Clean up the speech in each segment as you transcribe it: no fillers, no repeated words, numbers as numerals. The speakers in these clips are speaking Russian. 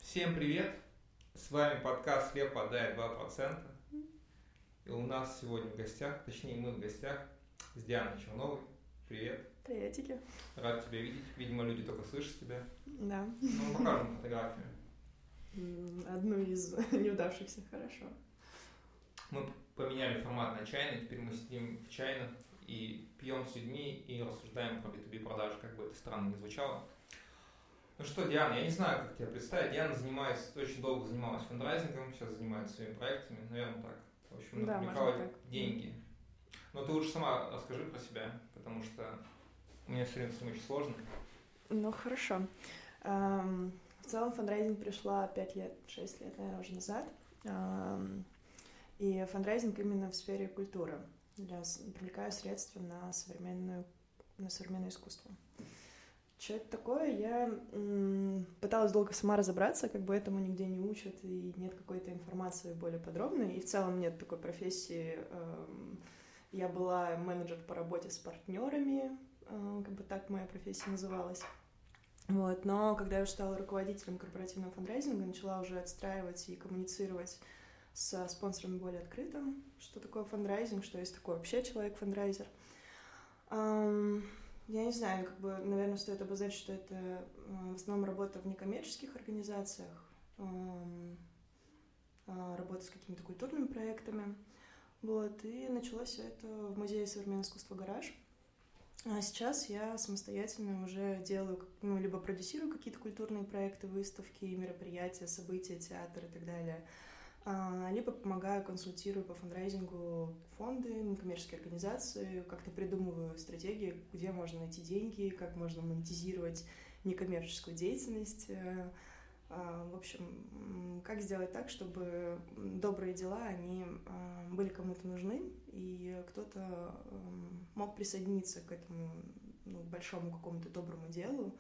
Всем привет! С вами подкаст «Хлеб подает 2%». И у нас сегодня в гостях, точнее мы в гостях, с Дианой Черновой. Привет! Приветики. Рад тебя видеть. Видимо, люди только слышат тебя. Да. Ну, покажем фотографию. Одну из неудавшихся, хорошо. Мы поменяли формат на чайный. Теперь мы сидим в чайных и пьем с людьми и рассуждаем про B2B продажи, как бы это странно ни звучало. Ну что, Диана, я не знаю, как тебя представить. Диана очень долго занималась фандрайзингом, сейчас занимается своими проектами, наверное, так. В общем, Да, привлекала можно так. деньги. Но ты лучше сама расскажи про себя, потому что у меня все время с ним очень сложно. Ну, хорошо. В целом фандрайзинг пришла 6 лет, наверное, уже назад. И фандрайзинг именно в сфере культуры. Я привлекаю средства на современное искусство. Что это такое? Я пыталась долго сама разобраться, как бы этому нигде не учат, и нет какой-то информации более подробной, и в целом нет такой профессии. Я была менеджер по работе с партнерами, как бы так моя профессия называлась. Вот. Но когда я уже стала руководителем корпоративного фандрайзинга, начала уже отстраивать и коммуницировать со спонсорами более открыто, что такое фандрайзинг, что есть такой вообще человек-фандрайзер. Я не знаю, как бы, наверное, стоит обозначить, что это в основном работа в некоммерческих организациях, работа с какими-то культурными проектами. Вот, и началось все это в Музее современного искусства «Гараж». А сейчас я самостоятельно уже делаю, либо продюсирую какие-то культурные проекты, выставки, мероприятия, события, театр и так далее, либо помогаю, консультирую по фандрайзингу фонды, некоммерческие организации, как-то придумываю стратегии, где можно найти деньги, как можно монетизировать некоммерческую деятельность. В общем, как сделать так, чтобы добрые дела, они были кому-то нужны, и кто-то мог присоединиться к этому большому какому-то доброму делу,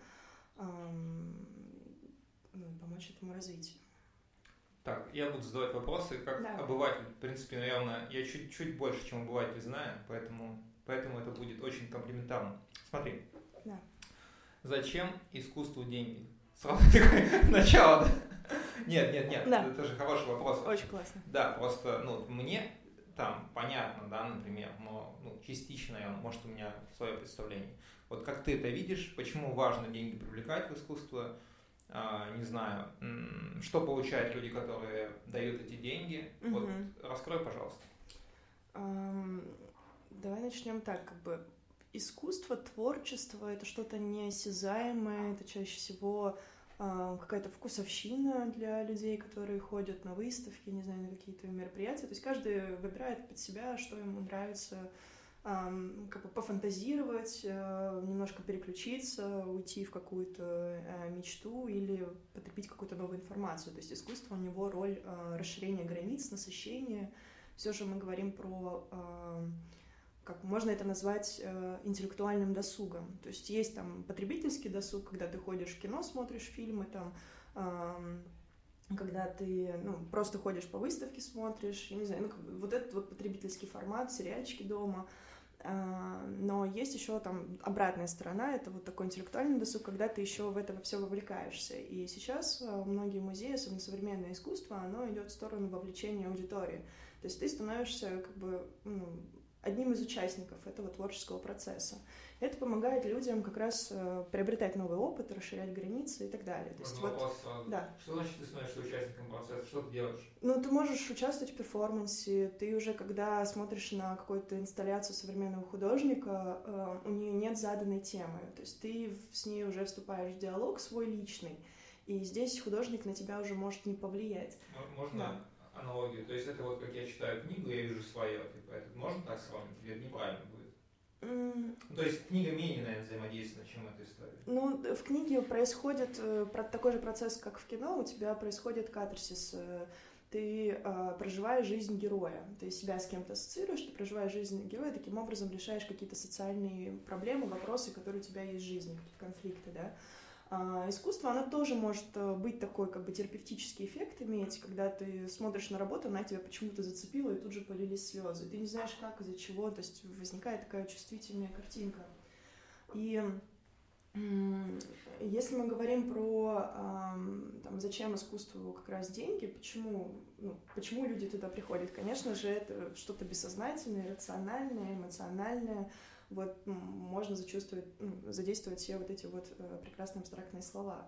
помочь этому развитию. Так, я буду задавать вопросы, как обыватель. В принципе, наверное, я чуть больше, чем обыватель знаю, поэтому это будет очень комплиментарно. Смотри. Да. Зачем искусству деньги? Сразу такое начало, да? Нет, да. Это же хороший вопрос. Очень классно. Да, просто, мне там понятно, да, например, но частично, наверное, может, у меня свое представление. Вот как ты это видишь, почему важно деньги привлекать в искусство? Не знаю, что получают люди, которые дают эти деньги. Вот раскрой, пожалуйста. Давай начнем так, как бы искусство, творчество — это что-то неосязаемое, это чаще всего какая-то вкусовщина для людей, которые ходят на выставки, не знаю, на какие-то мероприятия. То есть каждый выбирает под себя, что ему нравится, как бы пофантазировать, немножко переключиться, уйти в какую-то мечту или потребить какую-то новую информацию. То есть искусство, у него роль расширения границ, насыщения. Все же мы говорим про, как можно это назвать, интеллектуальным досугом. То есть есть там потребительский досуг, когда ты ходишь в кино, смотришь фильмы, там, когда ты просто ходишь по выставке, смотришь, я не знаю, вот этот вот потребительский формат, сериальчики дома. Но есть еще там обратная сторона, это вот такой интеллектуальный досуг, когда ты еще в это все вовлекаешься. И сейчас многие музеи, особенно современное искусство, оно идет в сторону вовлечения аудитории. То есть ты становишься как бы одним из участников этого творческого процесса. Это помогает людям как раз приобретать новый опыт, расширять границы и так далее. То есть вопрос сразу. Да. Что значит ты становишься участником процесса? Что ты делаешь? Ты можешь участвовать в перформансе. Ты уже, когда смотришь на какую-то инсталляцию современного художника, у нее нет заданной темы. То есть ты с ней уже вступаешь в диалог свой личный. И здесь художник на тебя уже может не повлиять. Можно аналогию? То есть это вот как я читаю книгу, я вижу свое. Типа, это можно так сравнить? Или это неправильно будет? То есть книга менее, наверное, взаимодейственна, чем эта история. В книге происходит такой же процесс, как в кино. У тебя происходит катарсис. Ты проживаешь жизнь героя. Ты себя с кем-то ассоциируешь, ты проживаешь жизнь героя, таким образом решаешь какие-то социальные проблемы, вопросы, которые у тебя есть в жизни, конфликты, да. Искусство, оно тоже может быть такой, как бы, терапевтический эффект иметь, когда ты смотришь на работу, она тебя почему-то зацепила, и тут же полились слезы. Ты не знаешь, как, из-за чего, то есть возникает такая чувствительная картинка. И Если мы говорим про там, зачем искусству как раз деньги, почему люди туда приходят, конечно же, это что-то бессознательное, рациональное, эмоциональное. Вот можно задействовать все вот эти вот прекрасные абстрактные слова.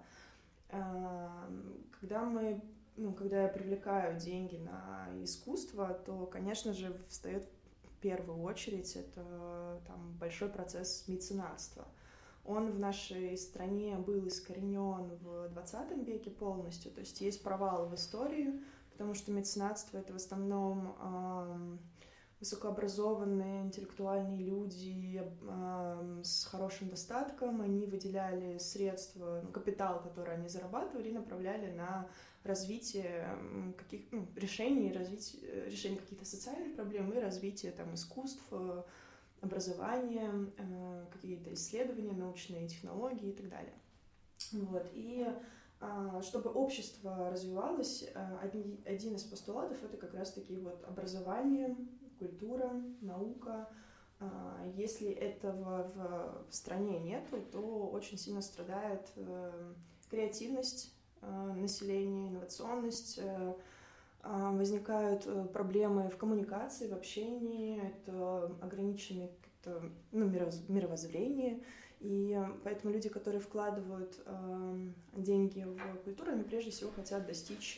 Когда я привлекаю деньги на искусство, то, конечно же, встает в первую очередь это там большой процесс меценатства. Он в нашей стране был искоренен в 20 веке полностью, то есть есть провал в истории, потому что меценатство — это в основном высокообразованные интеллектуальные люди с хорошим достатком, они выделяли средства, капитал, который они зарабатывали, и направляли на развитие решение каких-то социальных проблем и развитие там, искусств, образование, какие-то исследования, научные технологии и так далее. Вот. И чтобы общество развивалось, один из постулатов — это как раз-таки вот образование, культура, наука. Если этого в стране нету, то очень сильно страдает креативность населения, инновационность, возникают проблемы в коммуникации, в общении, это ограниченное мировоззрение, и поэтому люди, которые вкладывают деньги в культуру, они прежде всего хотят достичь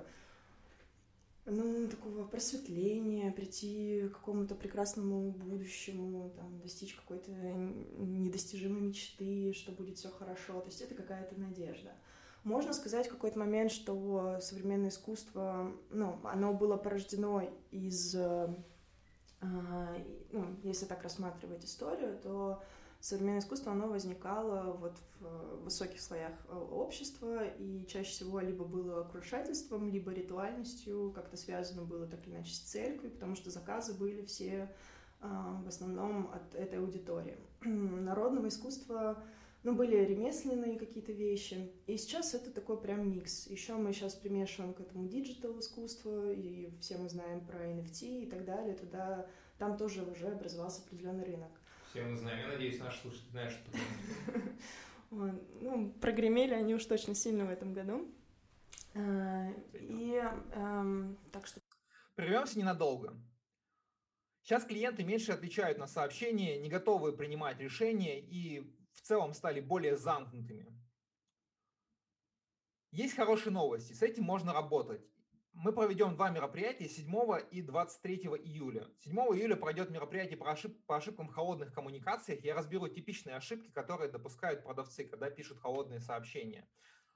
такого просветления, прийти к какому-то прекрасному будущему, там, достичь какой-то недостижимой мечты, что будет все хорошо, то есть это какая-то надежда. Можно сказать в какой-то момент, что современное искусство, оно было порождено из, если так рассматривать историю, то современное искусство, оно возникало вот в высоких слоях общества, и чаще всего либо было крушательством, либо ритуальностью, как-то связано было так или иначе с церковью, потому что заказы были все в основном от этой аудитории. Народного искусства были ремесленные какие-то вещи, и сейчас это такой прям микс. Еще мы сейчас примешиваем к этому диджитал искусство, и все мы знаем про NFT и так далее, там тоже уже образовался определенный рынок. Все мы знаем, я надеюсь, наши слушатели знают, что такое. Прогремели они уж точно сильно в этом году. Так что... Прервемся ненадолго. Сейчас клиенты меньше отвечают на сообщения, не готовы принимать решения и в целом стали более замкнутыми. Есть хорошие новости, с этим можно работать. Мы проведем 2 мероприятия 7 и 23 июля. 7 июля пройдет мероприятие по ошибкам в холодных коммуникациях. Я разберу типичные ошибки, которые допускают продавцы, когда пишут холодные сообщения.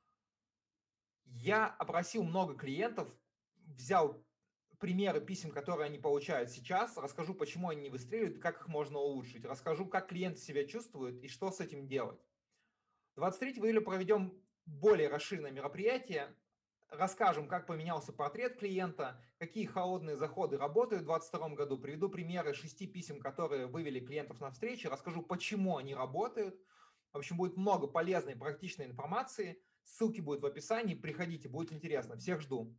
Я опросил много клиентов, взял примеры писем, которые они получают сейчас, расскажу, почему они не выстреливают, как их можно улучшить, расскажу, как клиенты себя чувствуют и что с этим делать. 23 июля проведем более расширенное мероприятие, расскажем, как поменялся портрет клиента, какие холодные заходы работают в 2022 году, приведу примеры 6 писем, которые вывели клиентов на встречу, расскажу, почему они работают. В общем, будет много полезной, практичной информации. Ссылки будут в описании, приходите, будет интересно. Всех жду.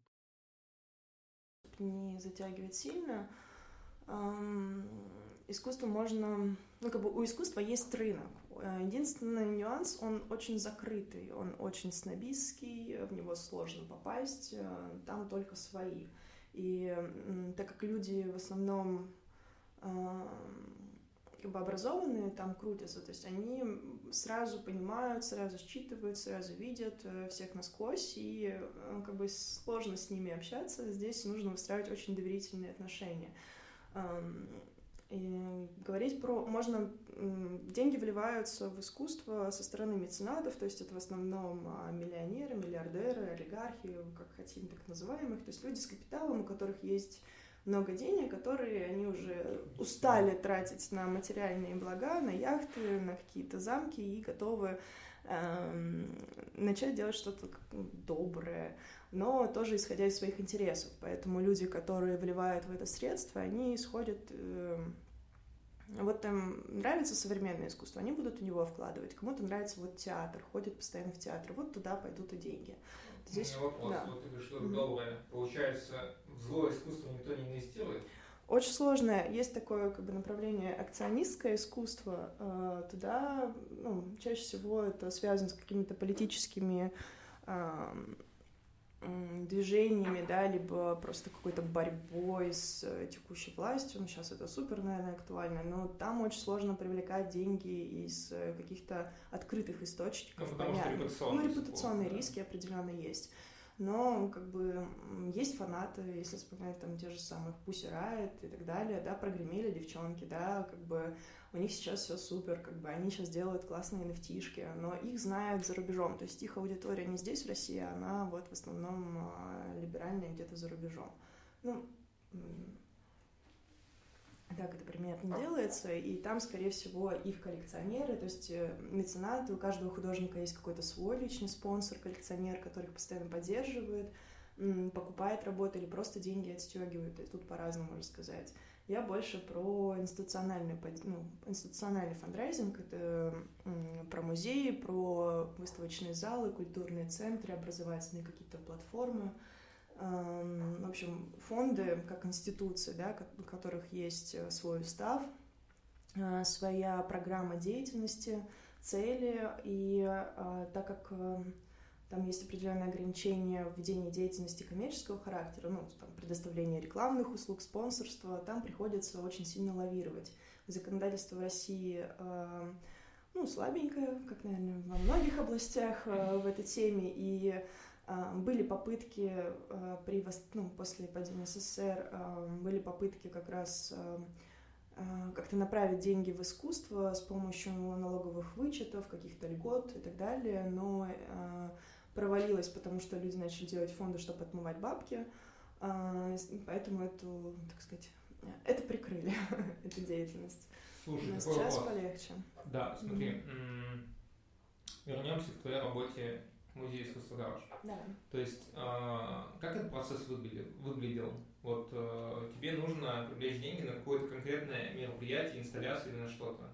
Не затягивать сильно. Искусство можно... у искусства есть рынок. Единственный нюанс, он очень закрытый, он очень снобистский, в него сложно попасть, там только свои. И так как люди в основном образованные там крутятся, то есть они сразу понимают, сразу считывают, сразу видят всех насквозь, и сложно с ними общаться. Здесь нужно выстраивать очень доверительные отношения. И говорить можно... Деньги вливаются в искусство со стороны меценатов, то есть это в основном миллионеры, миллиардеры, олигархи, как хотим, так называемых, то есть люди с капиталом, у которых есть много денег, которые они уже устали тратить на материальные блага, на яхты, на какие-то замки и готовы начать делать что-то доброе, но тоже исходя из своих интересов. Поэтому люди, которые вливают в это средства, они исходят... Вот им нравится современное искусство, они будут в него вкладывать. Кому-то нравится театр, ходят постоянно в театр, туда пойдут и деньги. Здесь вопрос, ты говоришь, что-то доброе. Получается, в злое искусство никто не инвестирует? Очень сложно. Есть такое как бы направление акционистское искусство. Туда чаще всего это связано с какими-то политическими движениями, да, либо просто какой-то борьбой с текущей властью. Сейчас это супер, наверное, актуально, но там очень сложно привлекать деньги из каких-то открытых источников. Потому что репутационные риски определенно есть. Но как бы есть фанаты, если вспоминать там те же самые Pussy Riot и так далее, да, прогремели девчонки, да, как бы у них сейчас все супер, как бы они сейчас делают классные NFT-шки, но их знают за рубежом, то есть их аудитория не здесь, в России, она вот в основном либеральная где-то за рубежом. Так это примерно делается, и там, скорее всего, их коллекционеры, то есть меценаты, у каждого художника есть какой-то свой личный спонсор, коллекционер, который их постоянно поддерживает, покупает работы или просто деньги отстегивает, и тут по-разному можно сказать. Я больше про институциональный фандрайзинг, это про музеи, про выставочные залы, культурные центры, образовательные какие-то платформы. В общем, фонды как институции, да, у которых есть свой устав, своя программа деятельности, цели, и так как там есть определенные ограничения в ведении деятельности коммерческого характера, там, предоставление рекламных услуг, спонсорства, там приходится очень сильно лавировать. Законодательство в России слабенькое, как, наверное, во многих областях в этой теме, и были попытки после падения СССР, были попытки как раз как-то направить деньги в искусство с помощью налоговых вычетов, каких-то льгот и так далее, но провалилось, потому что люди начали делать фонды, чтобы отмывать бабки, поэтому это прикрыли, эту деятельность. Слушай, но сейчас полегче. Да, смотри, вернемся к твоей работе Музей искусства «Гараж». Да. То есть, как этот процесс выглядел? Вот тебе нужно привлечь деньги на какое-то конкретное мероприятие, инсталляцию или на что-то.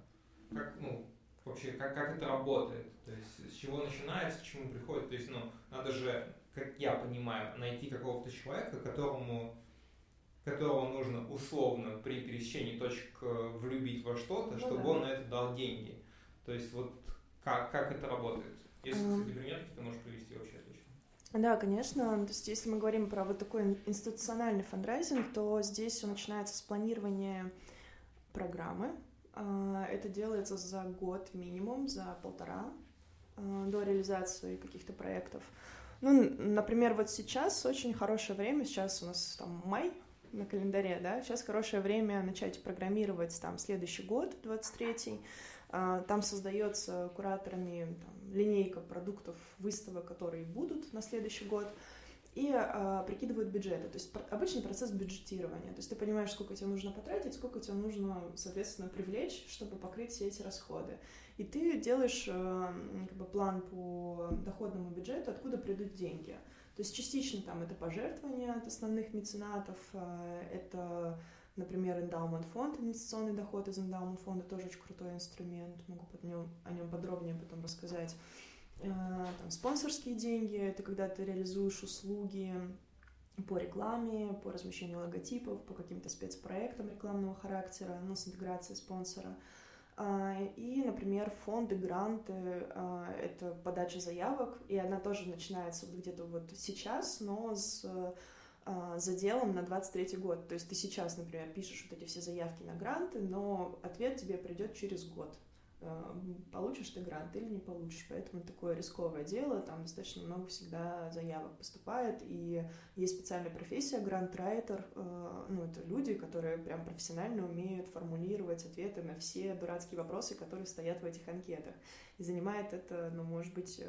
Как это работает? То есть, с чего начинается, к чему приходит? То есть, надо же, как я понимаю, найти какого-то человека, которого нужно условно при пересечении точек влюбить во что-то, чтобы он на это дал деньги. То есть, вот как это работает? Если, кстати, пример, ты можешь привести вообще отлично. Да, конечно. То есть, если мы говорим про вот такой институциональный фандрайзинг, то здесь все начинается с планирования программы. Это делается за год минимум, за 1,5 до реализации каких-то проектов. Например, вот сейчас очень хорошее время, сейчас у нас там май на календаре, да, сейчас хорошее время начать программировать там следующий год, 23-й. Там создается кураторами линейка продуктов, выставок, которые будут на следующий год, и прикидывают бюджеты. То есть обычный процесс бюджетирования. То есть ты понимаешь, сколько тебе нужно потратить, сколько тебе нужно, соответственно, привлечь, чтобы покрыть все эти расходы. И ты делаешь план по доходному бюджету, откуда придут деньги. То есть частично там это пожертвования от основных меценатов, это, например, эндаумент фонд, инвестиционный доход из эндаумент фонда, тоже очень крутой инструмент, могу о нем подробнее потом рассказать. Там, спонсорские деньги, это когда ты реализуешь услуги по рекламе, по размещению логотипов, по каким-то спецпроектам рекламного характера, с интеграцией спонсора. И, например, фонды, гранты, это подача заявок, и она тоже начинается где-то вот сейчас, но с заделом на 23-й год. То есть ты сейчас, например, пишешь вот эти все заявки на гранты, но ответ тебе придет через год. Получишь ты грант или не получишь, поэтому такое рисковое дело, там достаточно много всегда заявок поступает, и есть специальная профессия грантрайтер, это люди, которые прям профессионально умеют формулировать ответы на все дурацкие вопросы, которые стоят в этих анкетах, и занимает это, может быть,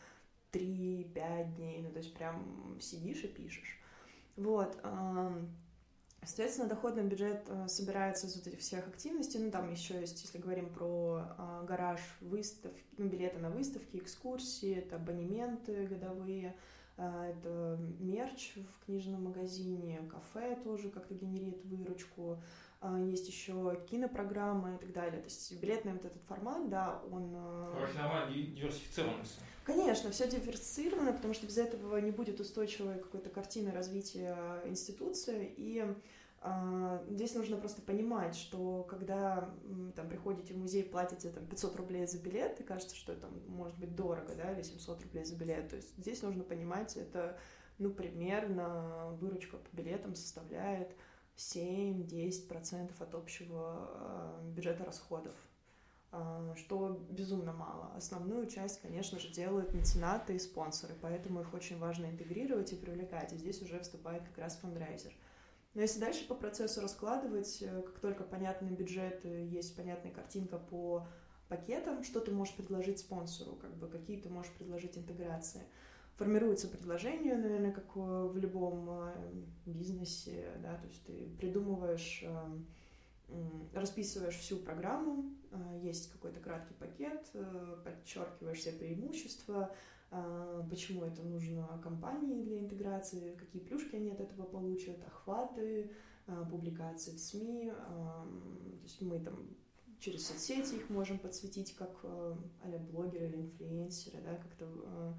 3-5 дней, то есть прям сидишь и пишешь. Вот. Соответственно, доходный бюджет собирается из вот этих всех активностей. Там еще есть, если говорим про гараж, выставки, билеты на выставки, экскурсии, это абонементы годовые, это мерч в книжном магазине, кафе тоже как-то генерирует выручку, есть еще кинопрограммы и так далее. То есть билетный вот этот формат, да, он... Короче, нормально диверсифицировано все. Конечно, все диверсифицировано, потому что без этого не будет устойчивой какой-то картины развития институции, и Здесь нужно просто понимать, что когда там приходите в музей, платите там 500 рублей за билет, и кажется, что это может быть дорого, да, или 700 рублей за билет. То есть здесь нужно понимать, это, примерно выручка по билетам составляет 7-10% от общего бюджета расходов, что безумно мало. Основную часть, конечно же, делают меценаты и спонсоры, поэтому их очень важно интегрировать и привлекать, и здесь уже вступает как раз фандрайзер. Но если дальше по процессу раскладывать, как только понятный бюджет, есть понятная картинка по пакетам, что ты можешь предложить спонсору, какие ты можешь предложить интеграции. Формируется предложение, наверное, как в любом бизнесе, да, то есть ты придумываешь, расписываешь всю программу, есть какой-то краткий пакет, подчеркиваешь все преимущества, почему это нужно компании для интеграции, какие плюшки они от этого получат, охваты, публикации в СМИ. То есть мы там через соцсети их можем подсветить как а-ля блогеры или инфлюенсеры, да, как-то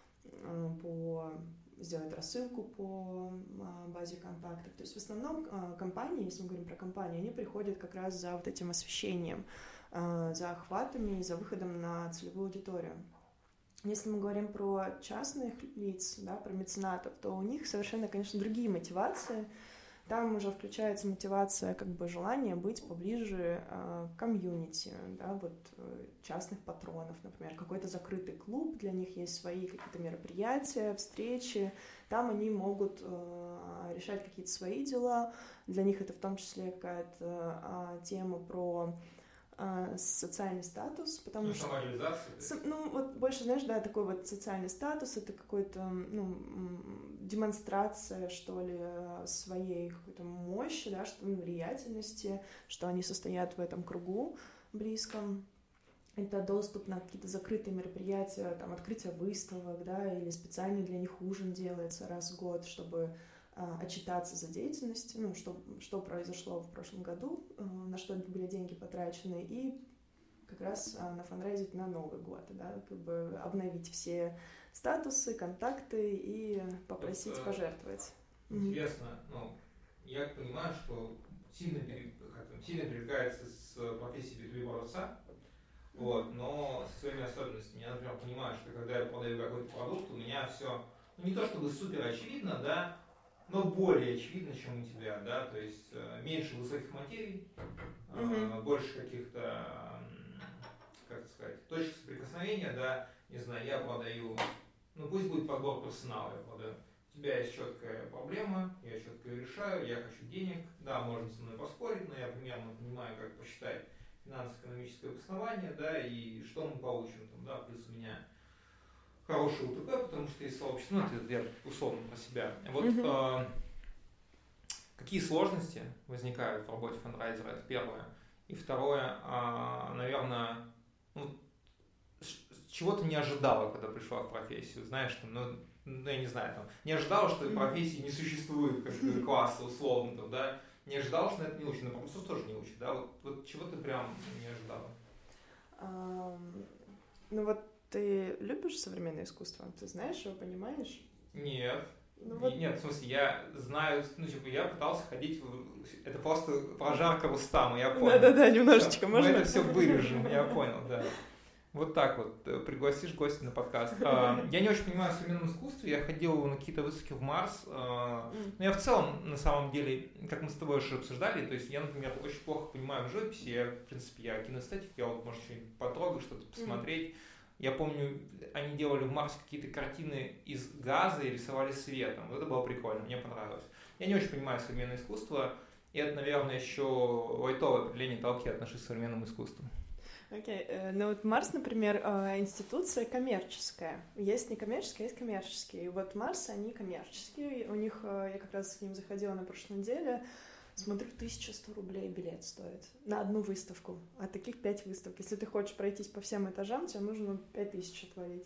сделать рассылку по базе контактов. То есть в основном компании, если мы говорим про компании, они приходят как раз за вот этим освещением, за охватами и за выходом на целевую аудиторию. Если мы говорим про частных лиц, да, про меценатов, то у них совершенно, конечно, другие мотивации. Там уже включается мотивация, желание быть поближе к комьюнити, да, частных патронов, например, какой-то закрытый клуб, для них есть свои какие-то мероприятия, встречи, там они могут решать какие-то свои дела, для них это в том числе какая-то тема про социальный статус, потому что... больше, знаешь, да, такой социальный статус, это какой-то, демонстрация, что ли, своей какой-то мощи, да, влиятельности, что они состоят в этом кругу близком. Это доступ на какие-то закрытые мероприятия, там, открытие выставок, да, или специальный для них ужин делается раз в год, чтобы отчитаться за деятельность, что произошло в прошлом году, на что были деньги потрачены, и как раз нафандрайзить на Новый год, да, обновить все статусы, контакты и попросить пожертвовать. Интересно, я понимаю, что сильно перекликается с профессией B2B-продавца, но со своими особенностями. Я, например, понимаю, что когда я продаю какой-то продукт, у меня все, не то чтобы супер очевидно, да, но более очевидно, чем у тебя, да, то есть меньше высоких материй, больше каких-то, точек соприкосновения, да, не знаю, я продаю, пусть будет подбор персонала, я продаю. У тебя есть четкая проблема, я четко ее решаю, я хочу денег, да, можно со мной поспорить, но я примерно понимаю, как посчитать финансово-экономическое обоснование, да, и что мы получим, там, да, плюс у меня хороший УТП, потому что есть сообщество, это я условно про себя. Какие сложности возникают в работе фандрайзера, это первое. И второе, наверное, чего ты не ожидала, когда пришла в профессию, знаешь, я не знаю, не ожидала, что профессии не существует, как класса условно, да, не ожидала, что на это не учат, но профессор тоже не учат, да, чего ты прям не ожидала? Ты любишь современное искусство? Ты знаешь его, понимаешь? Нет. Нет, в смысле, я знаю, я пытался ходить, это просто прожарка в уста, я понял. Да-да-да, немножечко, все, можно? Мы это все вырежем, я понял, да. Вот так вот, пригласишь гостя на подкаст. Я не очень понимаю в современном искусстве, я ходил на какие-то выставки в Марс, но я в целом, на самом деле, как мы с тобой уже обсуждали, то есть я, например, очень плохо понимаю в живописи, я кинестетик, я может что-нибудь потрогать, что-то посмотреть. Я помню, они делали в Марсе какие-то картины из газа и рисовали светом. Вот это было прикольно, мне понравилось. Я не очень понимаю современное искусство, и это, наверное, еще лайтовое определение того, как я отношусь к современному искусству. Окей. Марс, например, институция коммерческая. Есть некоммерческие, есть коммерческие. И Марс, они коммерческие. У них, я как раз к ним заходила на прошлой неделе, смотрю, 1100 рублей билет стоит на одну выставку, а таких 5 выставок. Если ты хочешь пройтись по всем этажам, тебе нужно 5000 отвалить.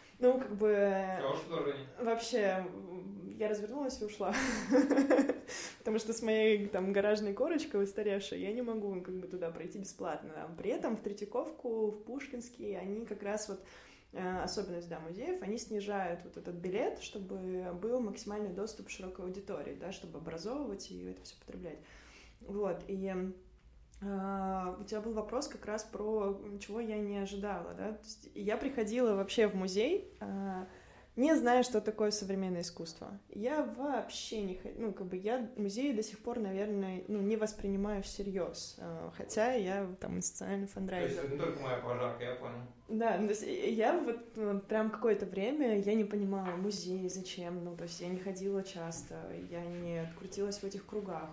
Вообще, я развернулась и ушла. Потому что с моей гаражной корочкой устаревшей я не могу туда пройти бесплатно. При этом в Третьяковку, в Пушкинский они как раз особенность, да, музеев, они снижают вот этот билет, чтобы был максимальный доступ широкой аудитории, да, чтобы образовывать и это все потреблять. Вот, и у тебя был вопрос как раз про чего я не ожидала, да, то есть я приходила вообще в музей, не зная, что такое современное искусство. Я вообще не... Ну, как бы я музеи до сих пор, наверное, не воспринимаю всерьез. Хотя я там институциональный фандрайзер. То есть это не только моя прожарка, я понял. Да, то есть я вот прям какое-то время я не понимала музей, зачем. Ну, то есть я не ходила часто, я не крутилась в этих кругах.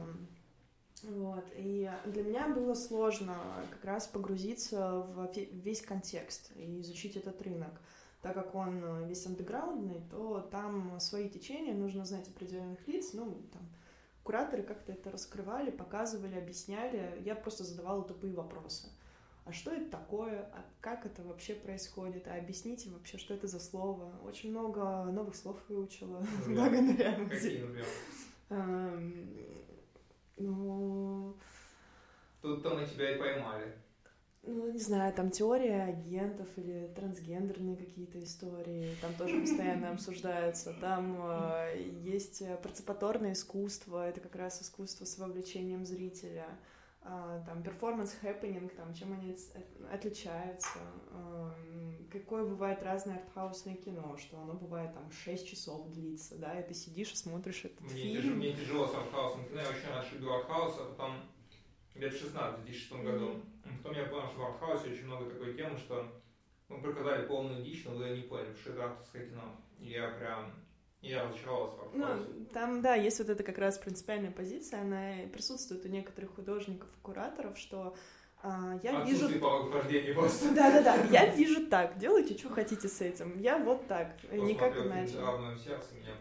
Вот. И для меня было сложно как раз погрузиться в весь контекст и изучить этот рынок. Так как он весь андеграундный, то там свои течения, нужно знать определенных лиц, ну, там, кураторы как-то это раскрывали, показывали, объясняли, я просто задавала тупые вопросы. А что это такое? А как это вообще происходит? А объясните вообще, что это за слово? Очень много новых слов выучила благодаря музею. Какие, например? Ну... Тут-то мы тебя и поймали. Ну, не знаю, там теория агентов или трансгендерные какие-то истории, там тоже постоянно обсуждаются. Там есть парципаторное искусство, это как раз искусство с вовлечением зрителя. Там перформанс-хэппенинг, там, чем они отличаются. Какое бывает разное артхаусное кино, что оно бывает там 6 часов длится, да, и ты сидишь и смотришь этот фильм. Мне тяжело с артхаусом кино, я очень раньше любил артхаус, а потом лет 16 в 2006 году. Потом я понял, что в артхаусе очень много такой темы, что мы показали полную дичь, но вы не поняли, что это авторское кино. И я разочаровался в артхаусе. Ну, там, да, есть вот эта как раз принципиальная позиция, она присутствует у некоторых художников и кураторов, что я вижу... Отсутствие порог вхождения просто. Да-да-да, я вижу так, делайте, что хотите с этим, я вот так, Посмотрел никак иначе. «Равное сердце», меня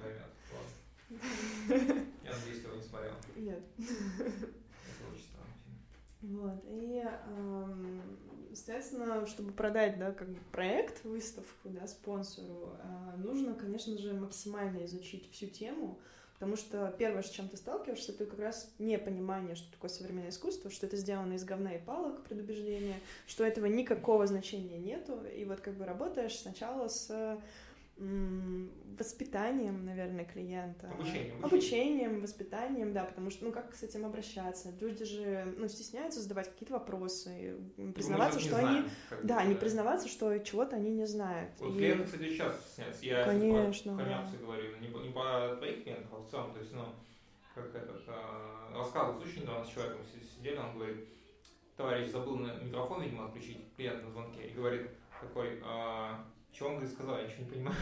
поймет. Я надеюсь, ты его не смотрел. Нет. Это очень странный фильм. Вот, и, соответственно, чтобы продать, да, как бы проект, выставку, да, спонсору, нужно, конечно же, максимально изучить всю тему, потому что первое, с чем ты сталкиваешься, это как раз непонимание, что такое современное искусство, что это сделано из говна и палок, предубеждения, что этого никакого значения нету, и вот как бы работаешь сначала с воспитанием, наверное, клиента. Обучением, воспитанием, да, потому что, ну, как с этим обращаться? Люди же, ну, стесняются задавать какие-то вопросы, признаваться, что они... Да, не признаваться, что чего-то они не знают. Вот клиенты, кстати, сейчас стесняются. Я конечно, про коммерцию говорю, не по твоих клиентах, а в целом, то есть, ну, как этот, рассказывал случай недавно с человеком, сидели, он говорит, товарищ забыл на микрофон, видимо, отключить, клиент на звонке, и говорит такой, что он, говорит, сказал, я ничего не понимаю.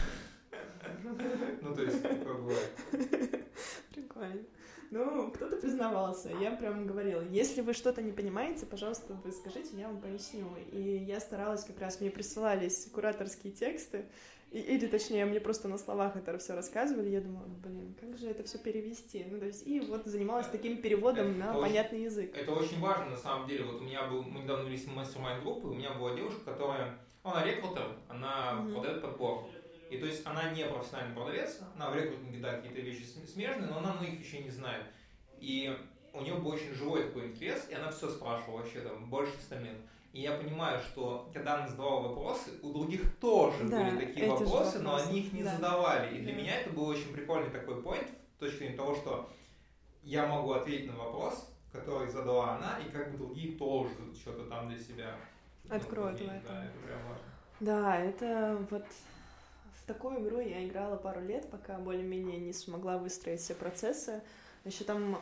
Ну, то есть, такое бывает. Прикольно. Ну, кто-то признавался. Я прям говорила, если вы что-то не понимаете, пожалуйста, вы скажите, я вам поясню. И я старалась как раз, мне присылались кураторские тексты, или, точнее, мне просто на словах это все рассказывали, я думала, блин, как же это все перевести? Ну, то есть, и вот занималась таким переводом на понятный язык. Это очень важно, на самом деле. Вот у меня был, мы недавно вели мастер-майнд группы, у меня была девушка, которая, она рекрутер, она продает подбор. И то есть она не профессиональный продавец, она в рекрутинге, да, какие-то вещи смежные, но она многих вещей не знает. И у нее был очень живой такой интерес, и она все спрашивала вообще там больше 100 лет. И я понимаю, что когда она задавала вопросы, у других тоже были такие вопросы, но они их не задавали. И для меня это был очень прикольный такой поинт, с точки зрения того, что я могу ответить на вопрос, который задала она, и как бы другие тоже что-то там для себя откроют в этом. Да, это прям важно. Да, это вот... В такую игру я играла пару лет, пока более-менее не смогла выстроить все процессы. Еще там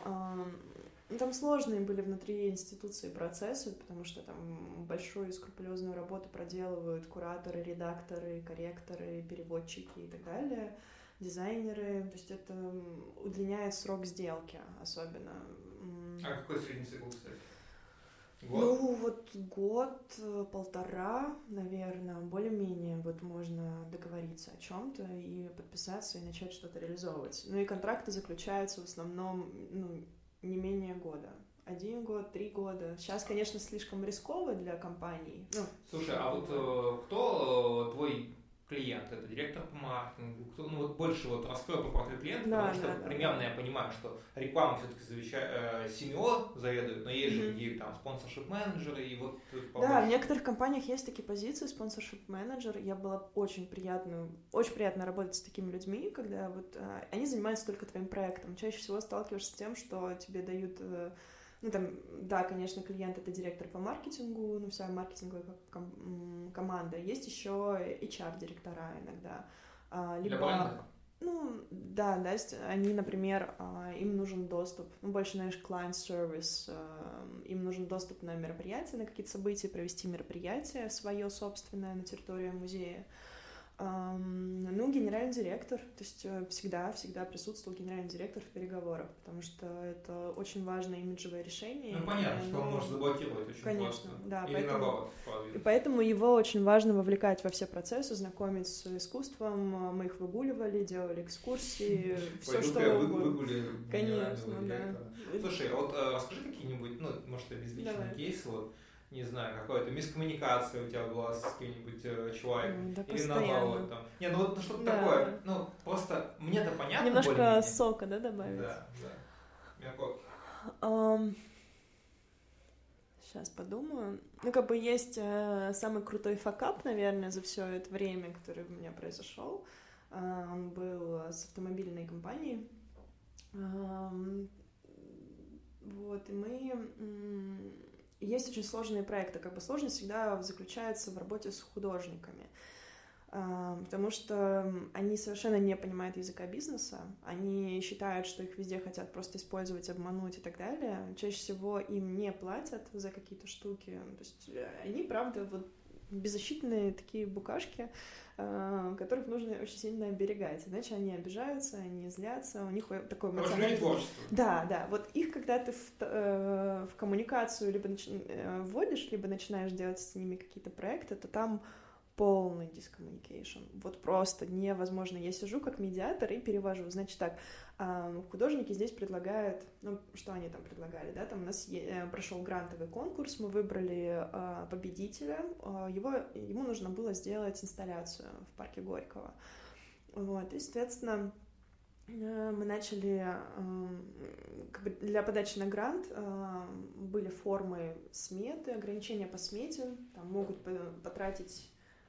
сложные были внутри институции процессы, потому что там большую и скрупулезную работу проделывают кураторы, редакторы, корректоры, переводчики и так далее, дизайнеры. То есть это удлиняет срок сделки особенно. А какой средний цикл, кстати? Год? Ну, вот год-полтора, наверное, более-менее вот можно договориться о чем-то и подписаться, и начать что-то реализовывать. Ну и контракты заключаются в основном, ну, не менее года. 1 год, 3 года. Сейчас, конечно, слишком рисково для компаний. Слушай, а вот кто твой клиент, это директор по маркетингу, кто, ну вот больше вот раскрою по портфелю клиента, потому что примерно я понимаю, что реклама все-таки CMO заведует, но есть же и там спонсоршип-менеджеры, и вот... Да, в некоторых компаниях есть такие позиции, спонсоршип-менеджер, я была очень приятно работать с такими людьми, когда вот они занимаются только твоим проектом, чаще всего сталкиваешься с тем, что тебе дают... Ну, там, да, конечно, клиент — это директор по маркетингу, ну, вся маркетинговая команда. Есть еще HR-директора иногда. Либо, ну, да, они, например, им нужен доступ, ну, больше, знаешь, client-service, им нужен доступ на мероприятия, на какие-то события, провести мероприятие свое собственное на территории музея. Ну, генеральный директор, то есть всегда присутствовал генеральный директор в переговорах, потому что это очень важное имиджевое решение. Ну, понятно, что он может заблокировать очень конечно, просто. Да, или наоборот. И поэтому его очень важно вовлекать во все процессы, знакомить с искусством, мы их выгуливали, делали экскурсии, все что выгули. Конечно, да. Слушай, а вот расскажи какие-нибудь, ну, может, безличные кейсы, вот, не знаю, какая-то мискоммуникация у тебя была с каким-нибудь человеком, да, или наоборот там. Не, ну вот что-то такое, ну просто мне-то понятно. Немножко сока, да, добавить? Да. Мягко. Сейчас подумаю. Ну, как бы есть самый крутой факап, наверное, за все это время, который у меня произошел. Он был с автомобильной компанией. Вот, и мы... Есть очень сложные проекты, как бы сложность всегда заключается в работе с художниками, потому что они совершенно не понимают языка бизнеса, они считают, что их везде хотят просто использовать, обмануть и так далее. Чаще всего им не платят за какие-то штуки, то есть они, правда, вот беззащитные такие букашки, которых нужно очень сильно оберегать, иначе они обижаются, они злятся, у них такой эмоциональный... Да, вот их, когда ты в коммуникацию либо вводишь, либо начинаешь делать с ними какие-то проекты, то там полный дискоммуникейшн. Вот просто невозможно. Я сижу как медиатор и перевожу. Значит так, художники здесь предлагают, ну, что они там предлагали, да, там у нас прошел грантовый конкурс, мы выбрали победителя, ему нужно было сделать инсталляцию в парке Горького. Вот, и, соответственно, мы начали, как бы для подачи на грант были формы сметы, ограничения по смете, там могут потратить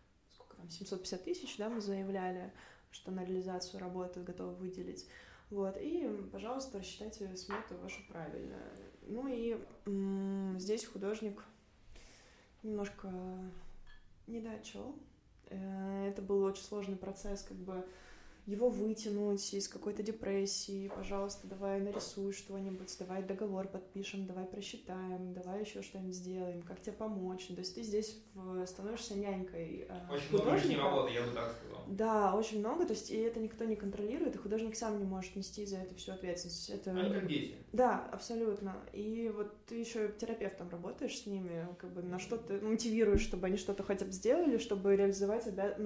750 тысяч, да, мы заявляли, что на реализацию работы готовы выделить. Вот, и, пожалуйста, рассчитайте смету вашу правильно. Ну и здесь художник немножко недоочел. Это был очень сложный процесс, как бы его вытянуть из какой-то депрессии, пожалуйста, давай нарисуй что-нибудь, давай договор подпишем, давай просчитаем, давай еще что-нибудь сделаем, как тебе помочь. То есть ты здесь становишься нянькой очень много лишней работы, я бы так сказал. Да, очень много, то есть и это никто не контролирует, и художник сам не может нести за это всю ответственность. Это... Они как дети. Да, абсолютно. И вот ты еще терапевтом работаешь с ними, как бы на что ты мотивируешь, чтобы они что-то хотя бы сделали, чтобы реализовать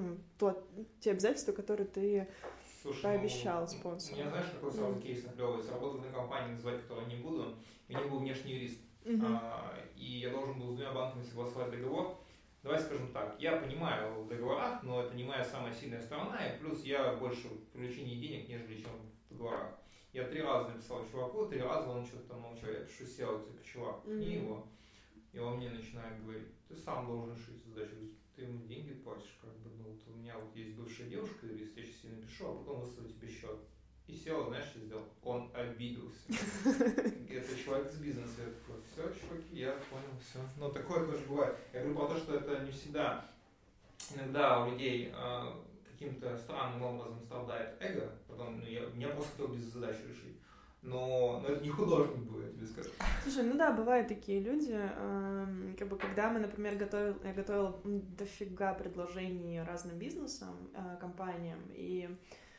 те обязательства, которые ты пообещал спонсору. У меня, знаешь, какой сразу кейс наплевывается. Работал на компании, называть которую не буду. У меня был внешний юрист. И я должен был с 2 банками согласовать договор. Давай скажем так, я понимаю в договорах, но это не моя самая сильная сторона, и плюс я больше в привлечении денег, нежели чем в договорах. Я 3 раза написал чуваку, 3 раза он что-то там молчал. Я пишу SEO, типа, чувак, не его. И он мне начинает говорить, ты сам должен решить задачу. Ты ему деньги платишь, как бы, ну, вот у меня вот есть бывшая девушка, юрист, я сейчас ей напишу, а потом выставлю тебе счет. И SEO, знаешь, что сделал? Он обиделся. Это человек из бизнеса. Я такой, все, чуваки, я понял, все. Но такое тоже бывает. Я говорю про то, что это не всегда. Иногда у людей каким-то странным образом страдает эго. Потом, я просто хотел бизнес-задачу решить. Но это не художник будет, я тебе скажу. Слушай, ну да, бывают такие люди, как бы, когда мы, например, я готовила дофига предложений разным бизнесам, компаниям, и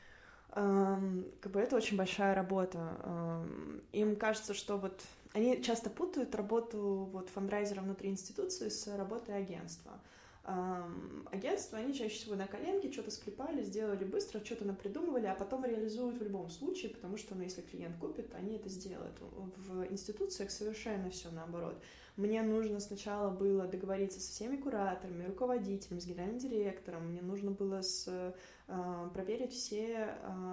как бы это очень большая работа. Им кажется, что вот они часто путают работу вот фандрайзера внутри институции с работой агентства. агентства, они чаще всего на коленке что-то склепали, сделали быстро, что-то напридумывали, а потом реализуют в любом случае, потому что, если клиент купит, они это сделают. В институциях совершенно все наоборот. Мне нужно сначала было договориться со всеми кураторами, руководителем, с генеральным директором, мне нужно было проверить все,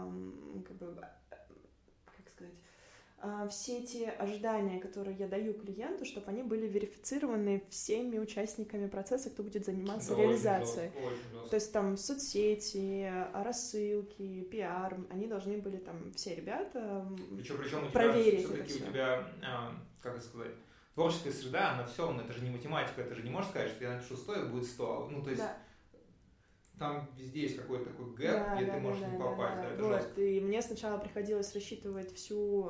все те ожидания, которые я даю клиенту, чтобы они были верифицированы всеми участниками процесса, кто будет заниматься реализацией. То есть там соцсети, рассылки, пиар, они должны были там все ребята проверить это все. У тебя, как сказать, творческая среда, она все равно, это же не математика, это же не можешь сказать, что я напишу 100, и будет 100. Ну, то есть... Да. Там везде есть какой-то такой гэп, где ты можешь не попасть. Да, это вот. жестко. И мне сначала приходилось рассчитывать всю,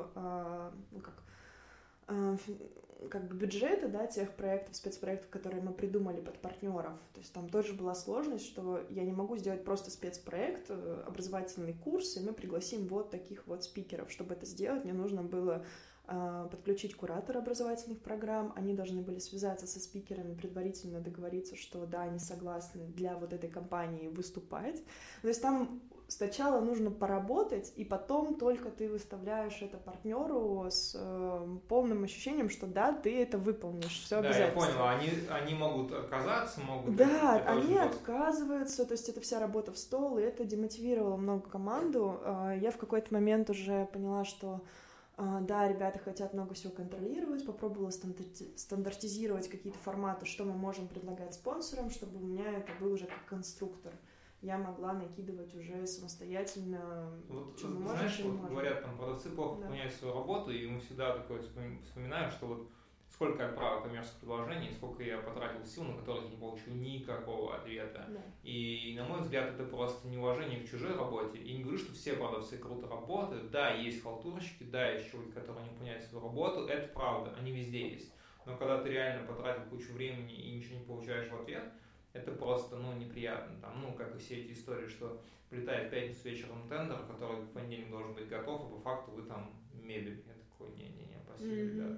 как бы бюджеты, да, тех проектов, спецпроектов, которые мы придумали под партнеров. То есть там тоже была сложность, что я не могу сделать просто спецпроект, образовательный курс, и мы пригласим вот таких вот спикеров. Чтобы это сделать, мне нужно было подключить куратора образовательных программ, они должны были связаться со спикерами, предварительно договориться, что да, они согласны для вот этой компании выступать. То есть там сначала нужно поработать, и потом только ты выставляешь это партнеру с полным ощущением, что да, ты это выполнишь, все обязательно. Да, я понял, они могут отказаться, могут... Да, они отказываются, то есть это вся работа в стол, и это демотивировало много команду. Я в какой-то момент уже поняла, что да, ребята хотят много всего контролировать, попробовала стандартизировать какие-то форматы, что мы можем предлагать спонсорам, чтобы у меня это был уже как конструктор. Я могла накидывать уже самостоятельно, вот, что мы можем, знаешь, вот говорят, там, продавцы плохо выполняют свою работу, и мы всегда такое вспоминаем, что вот сколько я отправил коммерческих предложений, сколько я потратил сил, на которых не получил никакого ответа. Да. И, на мой взгляд, это просто неуважение к чужой работе. И не говорю, что все продавцы круто работают. Да, есть халтурщики, да, есть чуваки, которые не выполняют свою работу. Это правда, они везде есть. Но когда ты реально потратил кучу времени и ничего не получаешь в ответ, это просто, неприятно. Там, как и все эти истории, что прилетает в пятницу вечером тендер, который в понедельник должен быть готов, а по факту вы там мебель. Я такой, не, спасибо, ребят.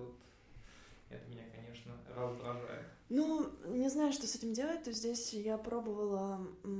Это меня, конечно, раздражает. Не знаю, что с этим делать, то здесь я пробовала...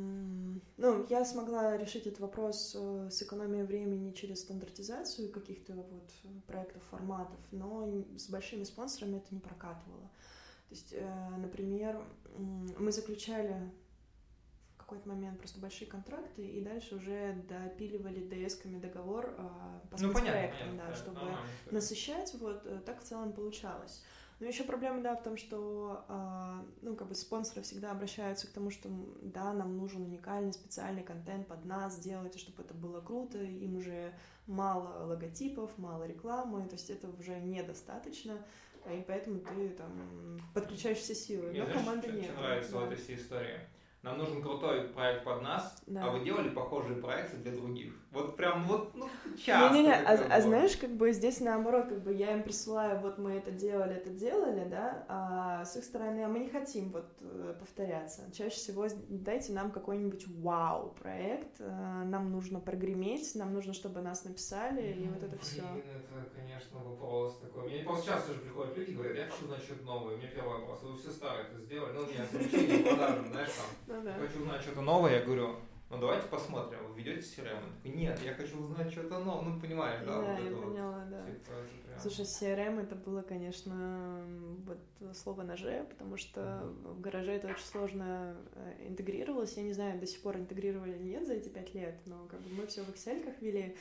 я смогла решить этот вопрос с экономией времени через стандартизацию каких-то проектов, форматов, но с большими спонсорами это не прокатывало. То есть, например, мы заключали в какой-то момент просто большие контракты и дальше уже допиливали ДС-ками договор по спецпроектам, чтобы насыщать, так в целом получалось. Но еще проблема, в том, что, спонсоры всегда обращаются к тому, что, да, нам нужен уникальный специальный контент под нас, делайте, чтобы это было круто, им уже мало логотипов, мало рекламы, то есть это уже недостаточно, и поэтому ты там подключаешь все силы, но команды нет. Мне нравится в этой всей истории. Нам нужен крутой проект под нас, а вы делали похожие проекты для других. Вот прям часто. Знаешь, здесь наоборот, я им присылаю, мы это делали, да, а с их стороны, мы не хотим повторяться. Чаще всего дайте нам какой-нибудь вау-проект, нам нужно прогреметь, нам нужно, чтобы нас написали, и это все. Это, конечно, вопрос такой. Мне просто часто же приходят люди и говорят, я хочу узнать что-то новое. У меня первый вопрос, вы все старое это сделали? У меня замечание продажи, знаешь, там. Хочу узнать что-то новое, я говорю, давайте посмотрим, вы ведете CRM? Он такой, нет, я хочу узнать что-то новое, понимаешь, да? Да, я поняла, да. Слушай, CRM это было, конечно, слово на «ж», потому что в гараже это очень сложно интегрировалось, я не знаю, до сих пор интегрировали или нет за эти 5 лет, но мы все в Excel-ках вели,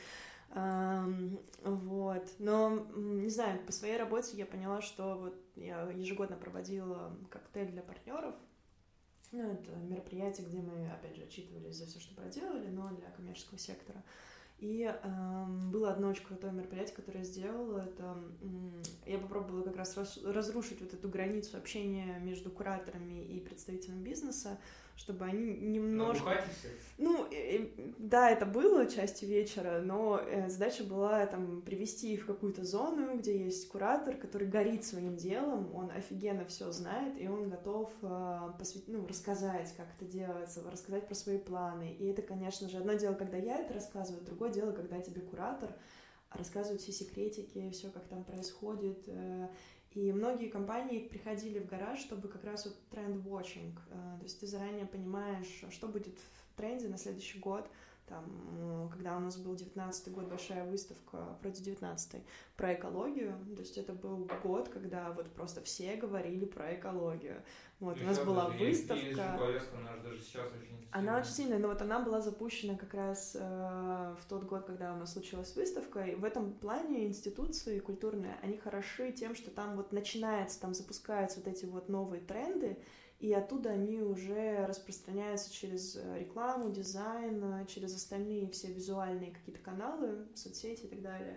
но, не знаю, по своей работе я поняла, что я ежегодно проводила коктейль для партнеров. Это мероприятие, где мы, опять же, отчитывались за все, что проделали, но для коммерческого сектора. И было одно очень крутое мероприятие, которое я сделала. Это я попробовала как раз разрушить эту границу общения между кураторами и представителями бизнеса, чтобы они немножко... Да, это было частью вечера, но задача была привести их в какую-то зону, где есть куратор, который горит своим делом, он офигенно все знает, и он готов рассказать, как это делается, рассказать про свои планы. И это, конечно же, одно дело, когда я это рассказываю, другое дело, когда тебе куратор рассказывает все секретики, все, как там происходит. И многие компании приходили в гараж, чтобы как раз вот тренд-watching, то есть ты заранее понимаешь, что будет в тренде на следующий год. Там, когда у нас был 19-й год, большая выставка, вроде 19-й, про экологию, то есть это был год, когда вот просто все говорили про экологию. Вот, у нас была выставка. Повестка, она же даже сейчас очень сильная. Она очень сильная, но вот она была запущена как раз в тот год, когда у нас случилась выставка, и в этом плане институции культурные, они хороши тем, что там вот начинается, там запускаются вот эти вот новые тренды, и оттуда они уже распространяются через рекламу, дизайн, через остальные все визуальные какие-то каналы, соцсети и так далее.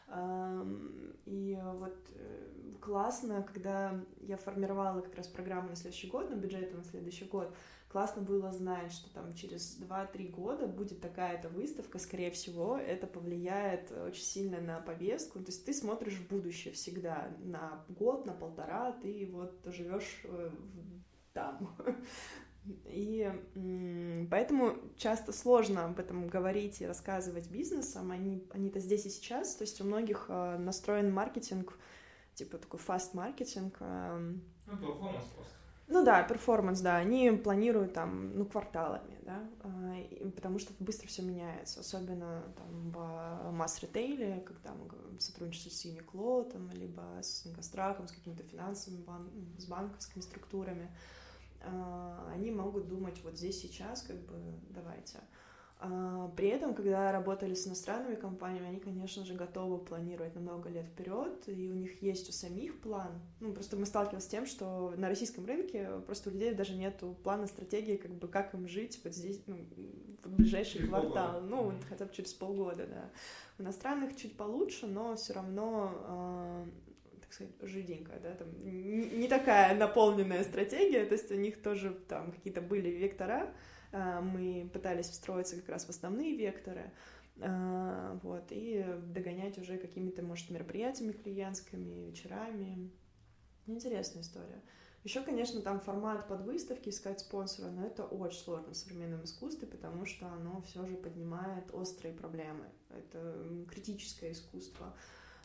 И вот классно, когда я формировала как раз программу на следующий год, на бюджет на следующий год, классно было знать, что там через 2-3 года будет такая-то выставка, скорее всего, это повлияет очень сильно на повестку. То есть ты смотришь в будущее всегда, на год, на полтора, ты вот живешь там. И поэтому часто сложно об этом говорить и рассказывать бизнесам, они-то здесь и сейчас, то есть у многих настроен маркетинг, типа такой фаст-маркетинг. Ну, перформанс просто. Ну да, перформанс, да, они планируют там, кварталами, да, потому что быстро все меняется, особенно там в масс-ритейле, когда мы сотрудничаем с Uniqlo, там, либо с Ингострахом, с какими-то финансовыми, с банковскими структурами. Они могут думать вот здесь, сейчас, как бы, давайте. При этом, когда работали с иностранными компаниями, они, конечно же, готовы планировать на много лет вперед, и у них есть у самих план. Просто мы сталкивались с тем, что на российском рынке просто у людей даже нету плана, стратегии, как бы, как им жить вот здесь, в ближайший через квартал, полгода. Хотя бы через полгода, да. У иностранных чуть получше, но все равно... жиденькая, да, там не такая наполненная стратегия, то есть у них тоже там какие-то были вектора, мы пытались встроиться как раз в основные векторы, вот, и догонять уже какими-то, может, мероприятиями клиентскими, вечерами. Интересная история. Еще, конечно, там формат под выставки, искать спонсора, но это очень сложно в современном искусстве, потому что оно все же поднимает острые проблемы. Это критическое искусство.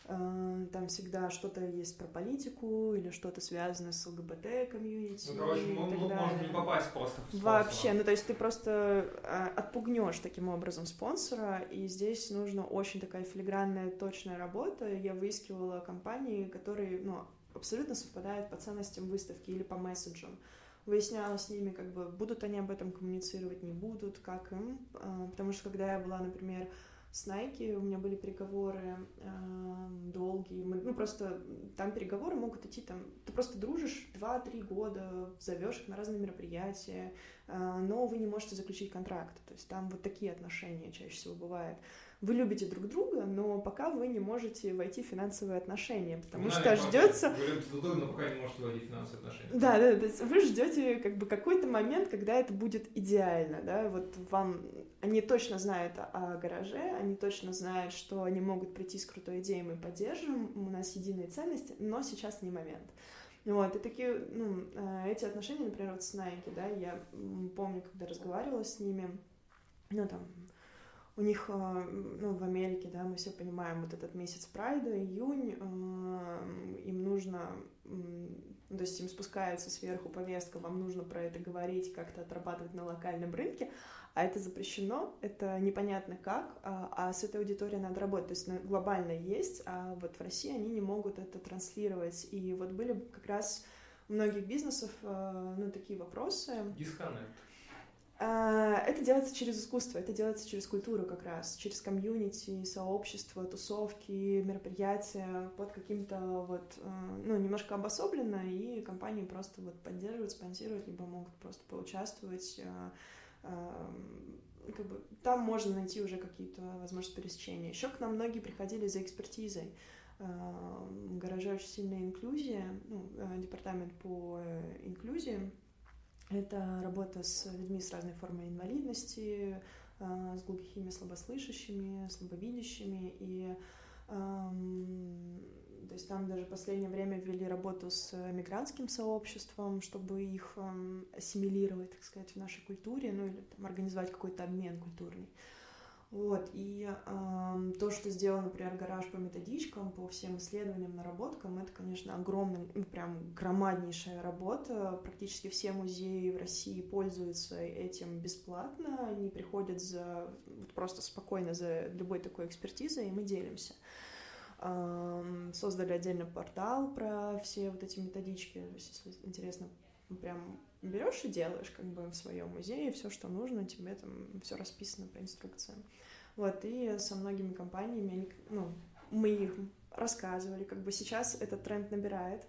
Там всегда что-то есть про политику или что-то связано с ЛГБТ-комьюнити. Короче, можно не попасть просто в спонсора. Вообще, то есть ты просто отпугнешь таким образом спонсора, и здесь нужна очень такая филигранная, точная работа. Я выискивала компании, которые, абсолютно совпадают по ценностям выставки или по месседжам. Выясняла с ними, как бы, будут они об этом коммуницировать, не будут, как им. Потому что когда я была, например, с Nike, у меня были переговоры долгие, просто там переговоры могут идти, там, ты просто дружишь 2-3 года, зовешь их на разные мероприятия, но вы не можете заключить контракт, то есть там вот такие отношения чаще всего бывают. Вы любите друг друга, но пока вы не можете войти в финансовые отношения, потому что ждется... Вы любите друг друга, но пока не можете войти в финансовые отношения. Да, то есть вы ждете как бы какой-то момент, когда это будет идеально, да, вот вам... Они точно знают о гараже, они точно знают, что они могут прийти с крутой идеей, мы поддержим, у нас единые ценности, но сейчас не момент. Вот, и такие, эти отношения, например, вот с Nike, да, я помню, когда разговаривала с ними, у них, в Америке, да, мы все понимаем, вот этот месяц Прайда, июнь, им нужно, то есть им спускается сверху повестка, вам нужно про это говорить, как-то отрабатывать на локальном рынке, а это запрещено, это непонятно как, а с этой аудиторией надо работать, то есть глобально есть, а вот в России они не могут это транслировать, и вот были как раз у многих бизнесов, такие вопросы. Дисконнект. Это делается через искусство, это делается через культуру как раз, через комьюнити, сообщество, тусовки, мероприятия под каким-то немножко обособленно, и компании просто поддерживают, спонсируют, либо могут просто поучаствовать. Там можно найти уже какие-то возможности пересечения. Еще к нам многие приходили за экспертизой. В гараже очень сильная инклюзия, департамент по инклюзии. Это работа с людьми с разной формой инвалидности, с глухими, слабослышащими, слабовидящими. И то есть там даже в последнее время ввели работу с мигрантским сообществом, чтобы их ассимилировать, так сказать, в нашей культуре, или там, организовать какой-то обмен культурный. Вот, и то, что сделал, например, гараж по методичкам, по всем исследованиям, наработкам, это, конечно, огромная, ну, прям громаднейшая работа. Практически все музеи в России пользуются этим бесплатно, они приходят просто спокойно за любой такой экспертизой, и мы делимся. Создали отдельный портал про все вот эти методички, то есть, если интересно, прям берешь и делаешь как бы в своем музее все, что нужно, тебе там все расписано по инструкциям. Вот, и со многими компаниями мы их рассказывали, как бы сейчас этот тренд набирает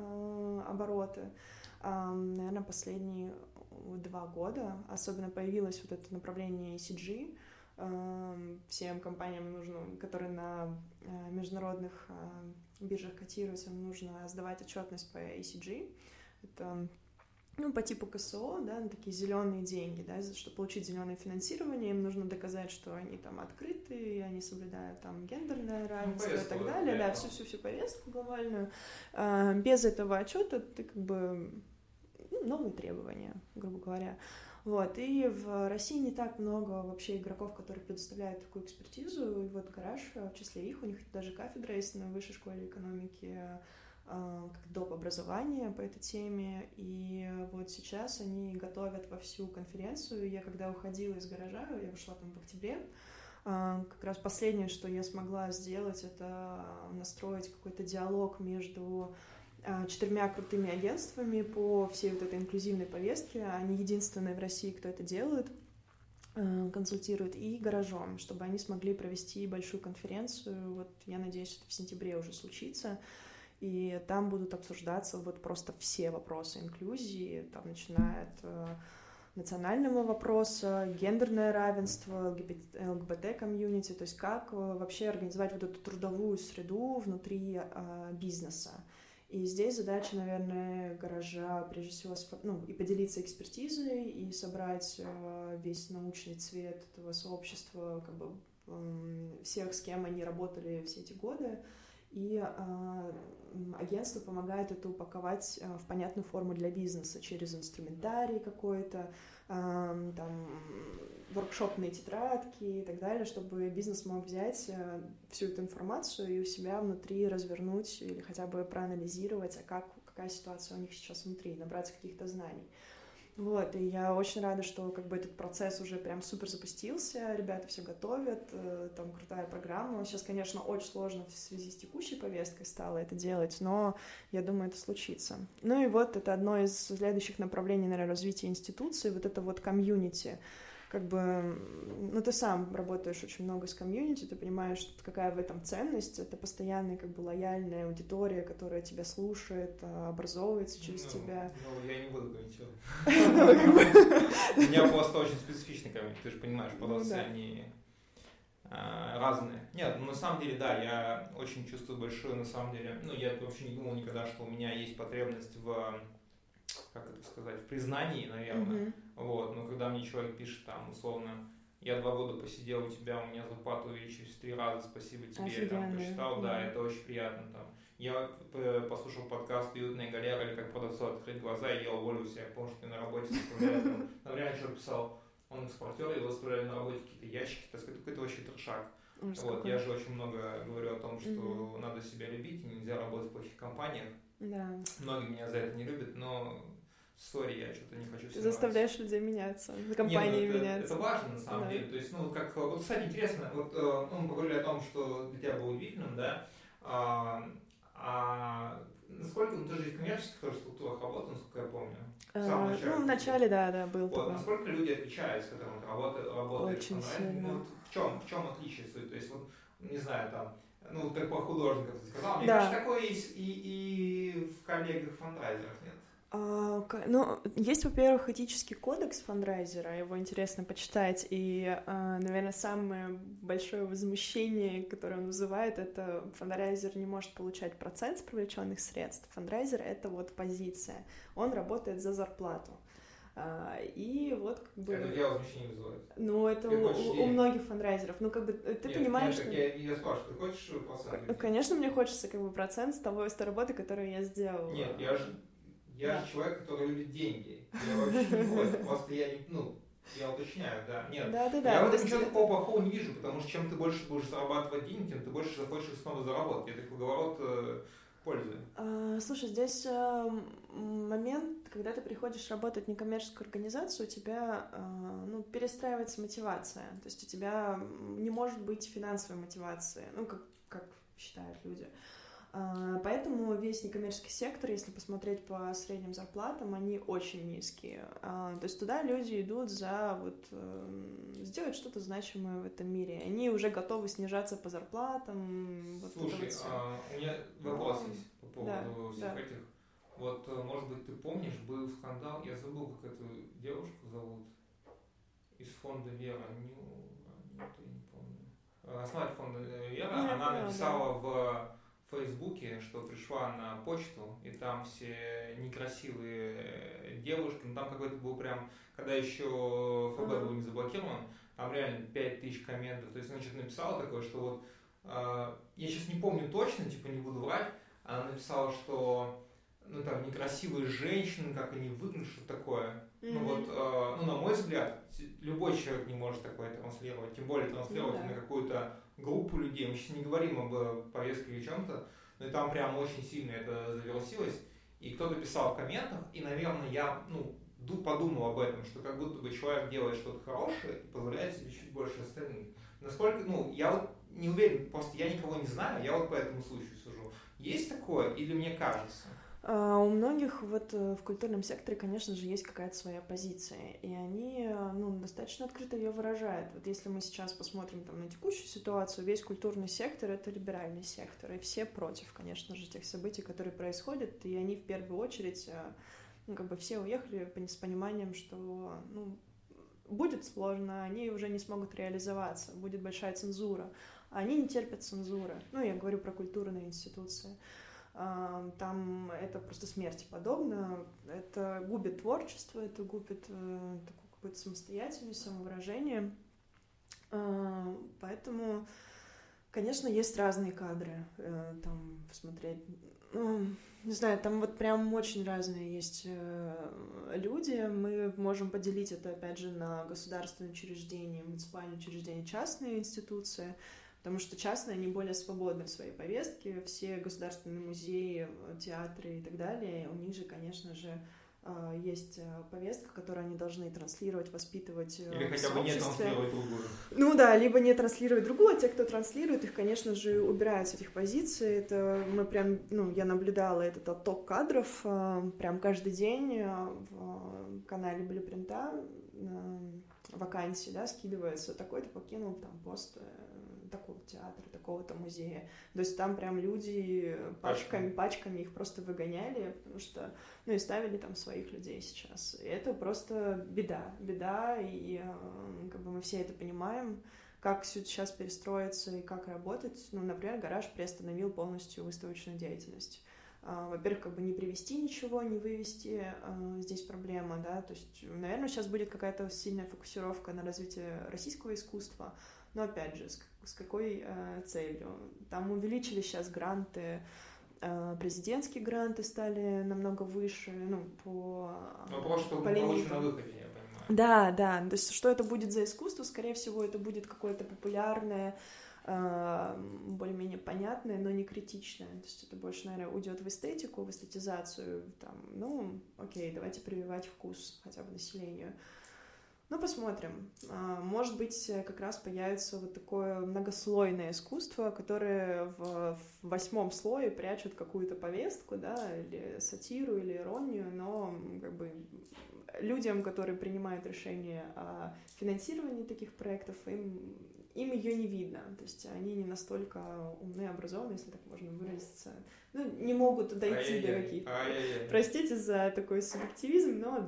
обороты. Наверное, последние 2 года особенно появилось вот это направление ECG. Всем компаниям нужно, которые на международных биржах котируются, нужно сдавать отчетность по ECG. Это по типу КСО, да, такие зеленые деньги, да, чтобы получить зеленое финансирование, им нужно доказать, что они там открыты, они соблюдают там гендерное равенство и так далее, да, всю повестку глобальную. Без этого отчета ты как бы новые требования, грубо говоря. Вот, и в России не так много вообще игроков, которые предоставляют такую экспертизу, и вот гараж, в числе их, у них даже кафедра есть на Высшей школе экономики, как доп. Образование по этой теме, и вот сейчас они готовят вовсю конференцию. Я когда уходила из гаража, я ушла там в октябре, как раз последнее, что я смогла сделать, это настроить какой-то диалог между 4 крутыми агентствами по всей вот этой инклюзивной повестке. Они единственные в России, кто это делает, консультирует, и гаражом, чтобы они смогли провести большую конференцию. Вот я надеюсь, это в сентябре уже случится. И там будут обсуждаться вот просто все вопросы инклюзии, там, начиная от национального вопроса, гендерное равенство, ЛГБТ-комьюнити, то есть как вообще организовать вот эту трудовую среду внутри бизнеса. И здесь задача, наверное, гаража, прежде всего, и поделиться экспертизой, и собрать весь научный цвет этого сообщества, как бы всех, с кем они работали все эти годы. И агентство помогает это упаковать в понятную форму для бизнеса через инструментарий какой-то, там, воркшопные тетрадки и так далее, чтобы бизнес мог взять всю эту информацию и у себя внутри развернуть или хотя бы проанализировать, какая ситуация у них сейчас внутри, набраться каких-то знаний. Вот, и я очень рада, что как бы этот процесс уже прям супер запустился, ребята все готовят, там крутая программа. Сейчас, конечно, очень сложно в связи с текущей повесткой стало это делать, но я думаю, это случится. Ну и вот это одно из следующих направлений, наверное, развития институции, вот это вот комьюнити. Как бы, ты сам работаешь очень много с комьюнити, ты понимаешь, какая в этом ценность, это постоянная, как бы, лояльная аудитория, которая тебя слушает, образовывается через тебя. Я не буду комментировать. У меня просто очень специфичный комьюнити, ты же понимаешь, полосы, они разные. Нет, на самом деле, да, я очень чувствую большую, на самом деле, я вообще не думал никогда, что у меня есть потребность в, как это сказать, в признании, наверное. Вот, но когда мне человек пишет там, условно, я 2 года посидел у тебя, у меня зарплату увеличилась в 3 раза, спасибо тебе, там, посчитал, да, это очень приятно, там. Я послушал подкаст «Уютная галера» или «Как продавцу открыть глаза», и я уволился, я помню, что я на работе составляю, там реально человек писал, он экспортер, его оставляли на работе какие-то ящики, так сказать, какой-то вообще трешак. Вот, я же очень много говорю о том, что надо себя любить, и нельзя работать в плохих компаниях. Да. Многие меня за это не любят, но... Сори, я что-то не хочу. Ты заставляешь людей меняться, компании меняться. Это важно, на самом деле. То есть, вот, кстати, интересно, вот мы поговорили о том, что для тебя было удивительным, да, насколько, ты же в коммерческих тоже структурах работал, насколько я помню. В начале, да, был вот, такой. Насколько люди отличаются, когда работаешь? Очень сильно. В чем отличие суть? То есть, вот, не знаю, там, как по художникам ты сказал, мне кажется, такое есть и в коллегах-фандрайзерах, нет? Есть, во-первых, этический кодекс фандрайзера, его интересно почитать, и, наверное, самое большое возмущение, которое он вызывает, это фандрайзер не может получать процент с привлеченных средств. Фандрайзер — это вот позиция, он работает за зарплату. И вот как бы... Это я возмущение вызывает. Это у многих фандрайзеров. Ты понимаешь, что... Я спрашиваю, ты хочешь процент? Конечно, мне хочется как бы процент с той работы, которую я сделала. Нет, я же человек, который любит деньги. Я вообще не против. Просто я не... Я уточняю, да. Нет, Да-да-да. я в этом ничего такого плохого не вижу, потому что чем ты больше будешь зарабатывать денег, тем ты больше захочешь их снова заработать. Это круговорот пользы. Слушай, здесь момент, когда ты приходишь работать в некоммерческую организацию, у тебя перестраивается мотивация. То есть у тебя не может быть финансовой мотивации, как считают люди. Поэтому весь некоммерческий сектор, если посмотреть по средним зарплатам, они очень низкие. То есть туда люди идут за сделать что-то значимое в этом мире. Они уже готовы снижаться по зарплатам. Слушай, у меня вопрос есть по поводу всех этих. Вот, может быть, ты помнишь, был скандал, я забыл, как эту девушку зовут, из фонда Вера, я не помню. Основатель фонда Вера, она написала в Фейсбуке, что пришла на почту, и там все некрасивые девушки, там какой-то был прям, когда еще ФБ был не заблокирован, там реально 5000 комментов, то есть она что-то написала такое, что вот, я сейчас не помню точно, не буду врать, она написала, что, там, некрасивые женщины, как они выглядят, что такое. На мой взгляд, любой человек не может такое транслировать, тем более транслировать на какую-то группу людей. Мы сейчас не говорим об повестке или чем-то, но и там прям очень сильно это завирусилось. И кто-то писал в комментах, и, наверное, я подумал об этом, что как будто бы человек делает что-то хорошее и позволяет себе чуть больше остальных. Насколько, я не уверен, просто я никого не знаю, я по этому случаю сужу. Есть такое или мне кажется? У многих в культурном секторе, конечно же, есть какая-то своя позиция, и они достаточно открыто ее выражают. Вот если мы сейчас посмотрим на текущую ситуацию, весь культурный сектор — это либеральный сектор, и все против, конечно же, тех событий, которые происходят, и они в первую очередь, все уехали с пониманием, что будет сложно, они уже не смогут реализоваться, будет большая цензура. Они не терпят цензуры. Я говорю про культурные институции. Там это просто смерти подобно, это губит творчество, это губит такую какую-то самостоятельность, самовыражение. Поэтому, конечно, есть разные кадры, там посмотреть. Не знаю, там прям очень разные есть люди. Мы можем поделить это, опять же, на государственные учреждения, муниципальные учреждения, частные институции. Потому что частные, они более свободны в своей повестке, все государственные музеи, театры и так далее, у них же, конечно же, есть повестка, которую они должны транслировать, воспитывать или хотя бы не транслировать другую. Либо не транслировать другую, а те, кто транслирует, их, конечно же, убирают с этих позиций. Это мы прям, я наблюдала этот отток кадров прям каждый день в канале Блюпринта, вакансии, скидывается, такой-то покинул там пост такого-то театра, такого-то музея. То есть там прям люди пачками их просто выгоняли, потому что, и ставили там своих людей сейчас. И это просто беда, и мы все это понимаем, как сейчас перестроиться и как работать. Например, гараж приостановил полностью выставочную деятельность. Во-первых, не привезти ничего, не вывести, здесь проблема, то есть, наверное, сейчас будет какая-то сильная фокусировка на развитие российского искусства, но, опять же, с какой целью? Там увеличили сейчас гранты, президентские гранты стали намного выше, Вопрос, что получено на выходе, я понимаю. Да, то есть, что это будет за искусство? Скорее всего, это будет какое-то популярное, более-менее понятное, но не критичное. То есть это больше, наверное, уйдет в эстетику, в эстетизацию. Окей, давайте прививать вкус хотя бы населению. Посмотрим. Может быть, как раз появится такое многослойное искусство, которое в 8 слое прячет какую-то повестку, или сатиру, или иронию, но людям, которые принимают решения о финансировании таких проектов, им ее не видно, то есть они не настолько умны, образованные, если так можно выразиться, не могут дойти до каких-то. Простите за такой субъективизм, но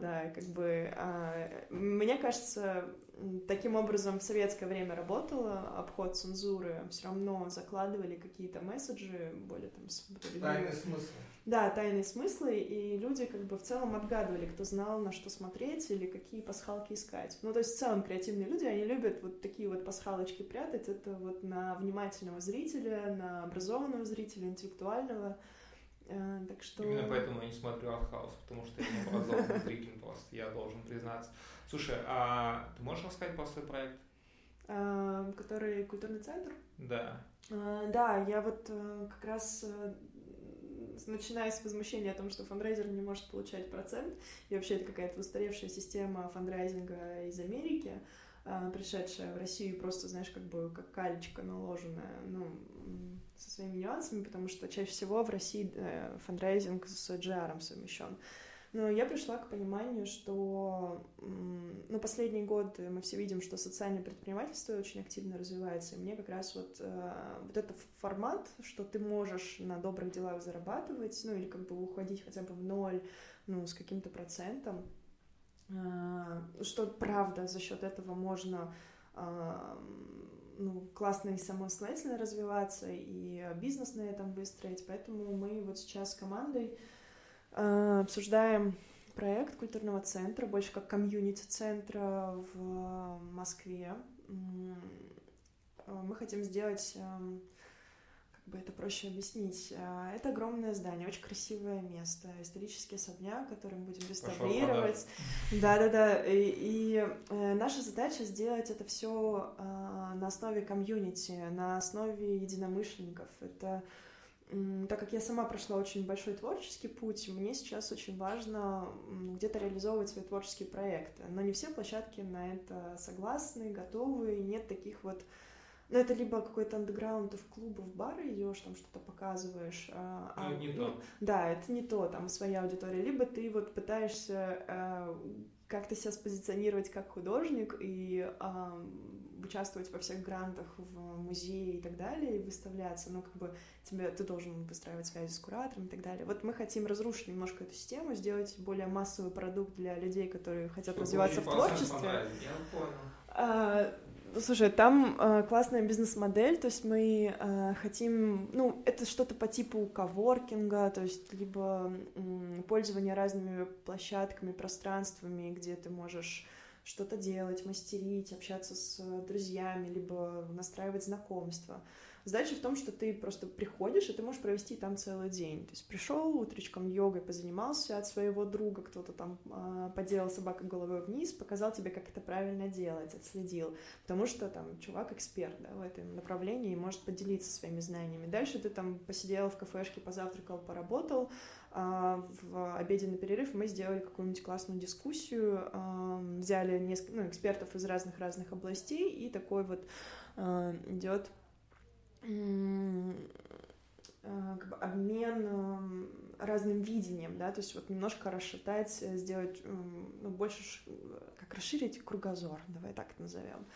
мне кажется, таким образом в советское время работало, обход цензуры, все равно закладывали какие-то месседжи, более тайные смыслы. Да, тайные смыслы, и люди в целом отгадывали, кто знал, на что смотреть или какие пасхалки искать. То есть в целом креативные люди, они любят такие пасхалочки прятать, это на внимательного зрителя, на образованного зрителя, интеллектуального. Так что... Именно поэтому я не смотрю артхаус, потому что я не образованный зритель просто, я должен признаться. Слушай, а ты можешь рассказать про свой проект? Который культурный центр? Да. Да, я вот как раз начиная с возмущения о том, что фандрайзер не может получать процент, и вообще это какая-то устаревшая система фандрайзинга из Америки, пришедшая в Россию просто, знаешь, как бы как калечка наложенная, ну, со своими нюансами, потому что чаще всего в России фандрайзинг с GR совмещен. Но я пришла к пониманию, что последние годы мы все видим, что социальное предпринимательство очень активно развивается, и мне как раз вот этот формат, что ты можешь на добрых делах зарабатывать, ну или как бы уходить хотя бы в ноль, ну, с каким-то процентом, что правда за счет этого можно классно и самостоятельно развиваться, и бизнес на этом выстроить, поэтому мы вот сейчас с командой обсуждаем проект культурного центра, больше как комьюнити-центра в Москве. Мы хотим сделать, как бы это проще объяснить, это огромное здание, очень красивое место, исторический особняк, который мы будем реставрировать. Да-да-да. И наша задача сделать это все на основе комьюнити, на основе единомышленников. Это так как я сама прошла очень большой творческий путь, мне сейчас очень важно где-то реализовывать свои творческие проекты. Но не все площадки на это согласны, готовы, и нет таких вот... Ну, это либо какой-то андеграунд, ты в клубы, в бары идешь, там что-то показываешь. Не то. Да, это не то, там своя аудитория. Либо ты вот пытаешься как-то себя спозиционировать как художник и участвовать во всех грантах в музее и так далее, и выставляться, ну, как бы ты должен выстраивать связи с куратором и так далее. Вот мы хотим разрушить немножко эту систему, сделать более массовый продукт для людей, которые хотят развиваться в творчестве. Я понял. Слушай, там классная бизнес-модель, то есть мы хотим, ну, это что-то по типу коворкинга, то есть либо пользование разными площадками, пространствами, где ты можешь что-то делать, мастерить, общаться с друзьями, либо настраивать знакомства. Задача в том, что ты просто приходишь, и ты можешь провести там целый день. То есть пришел, утречком йогой позанимался от своего друга, кто-то там поделал собакой головой вниз, показал тебе, как это правильно делать, отследил. Потому что там чувак эксперт, да, в этом направлении и может поделиться своими знаниями. Дальше ты там посидел в кафешке, позавтракал, поработал. В обеденный перерыв мы сделали какую-нибудь классную дискуссию, взяли несколько экспертов из разных областей, и такой вот идет как бы обмен разным видением, да, то есть вот немножко расшатать, сделать, ну, больше, как расширить кругозор, давай так это назовем.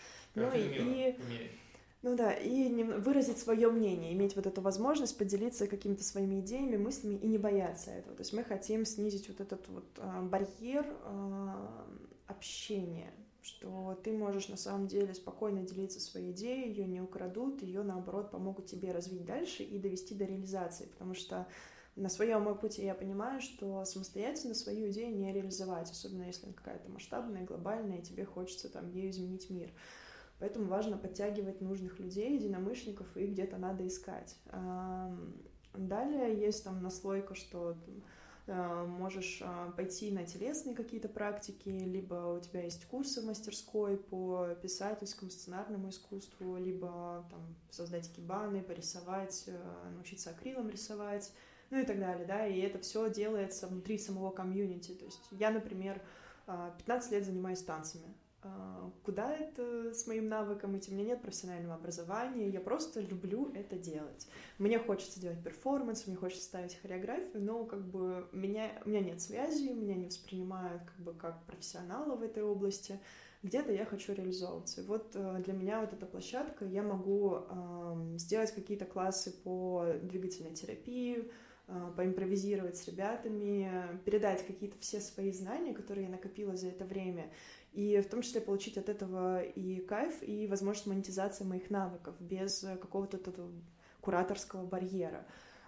Ну да, и выразить свое мнение, иметь вот эту возможность поделиться какими-то своими идеями, мыслями и не бояться этого. То есть мы хотим снизить вот этот вот барьер общения, что ты можешь на самом деле спокойно делиться своей идеей, ее не украдут, ее наоборот помогут тебе развить дальше и довести до реализации, потому что на своем пути я понимаю, что самостоятельно свою идею не реализовать, особенно если она какая-то масштабная, глобальная, и тебе хочется там ею изменить мир. Поэтому важно подтягивать нужных людей, единомышленников, и где-то надо искать. Далее есть там наслойка, что можешь пойти на телесные какие-то практики, либо у тебя есть курсы в мастерской по писательскому, сценарному искусству, либо там создать кибаны, порисовать, научиться акрилом рисовать, ну и так далее, да, и это все делается внутри самого комьюнити. То есть я, например, 15 лет занимаюсь танцами. Куда это с моим навыком? Ведь у меня нет профессионального образования, я просто люблю это делать. Мне хочется делать перформанс, мне хочется ставить хореографию, но как бы у меня нет связи, меня не воспринимают как бы как профессионала в этой области. Где-то я хочу реализовываться. И вот для меня вот эта площадка, я могу сделать какие-то классы по двигательной терапии, поимпровизировать с ребятами, передать какие-то все свои знания, которые я накопила за это время, и в том числе получить от этого и кайф, и возможность монетизации моих навыков без какого-то кураторского барьера.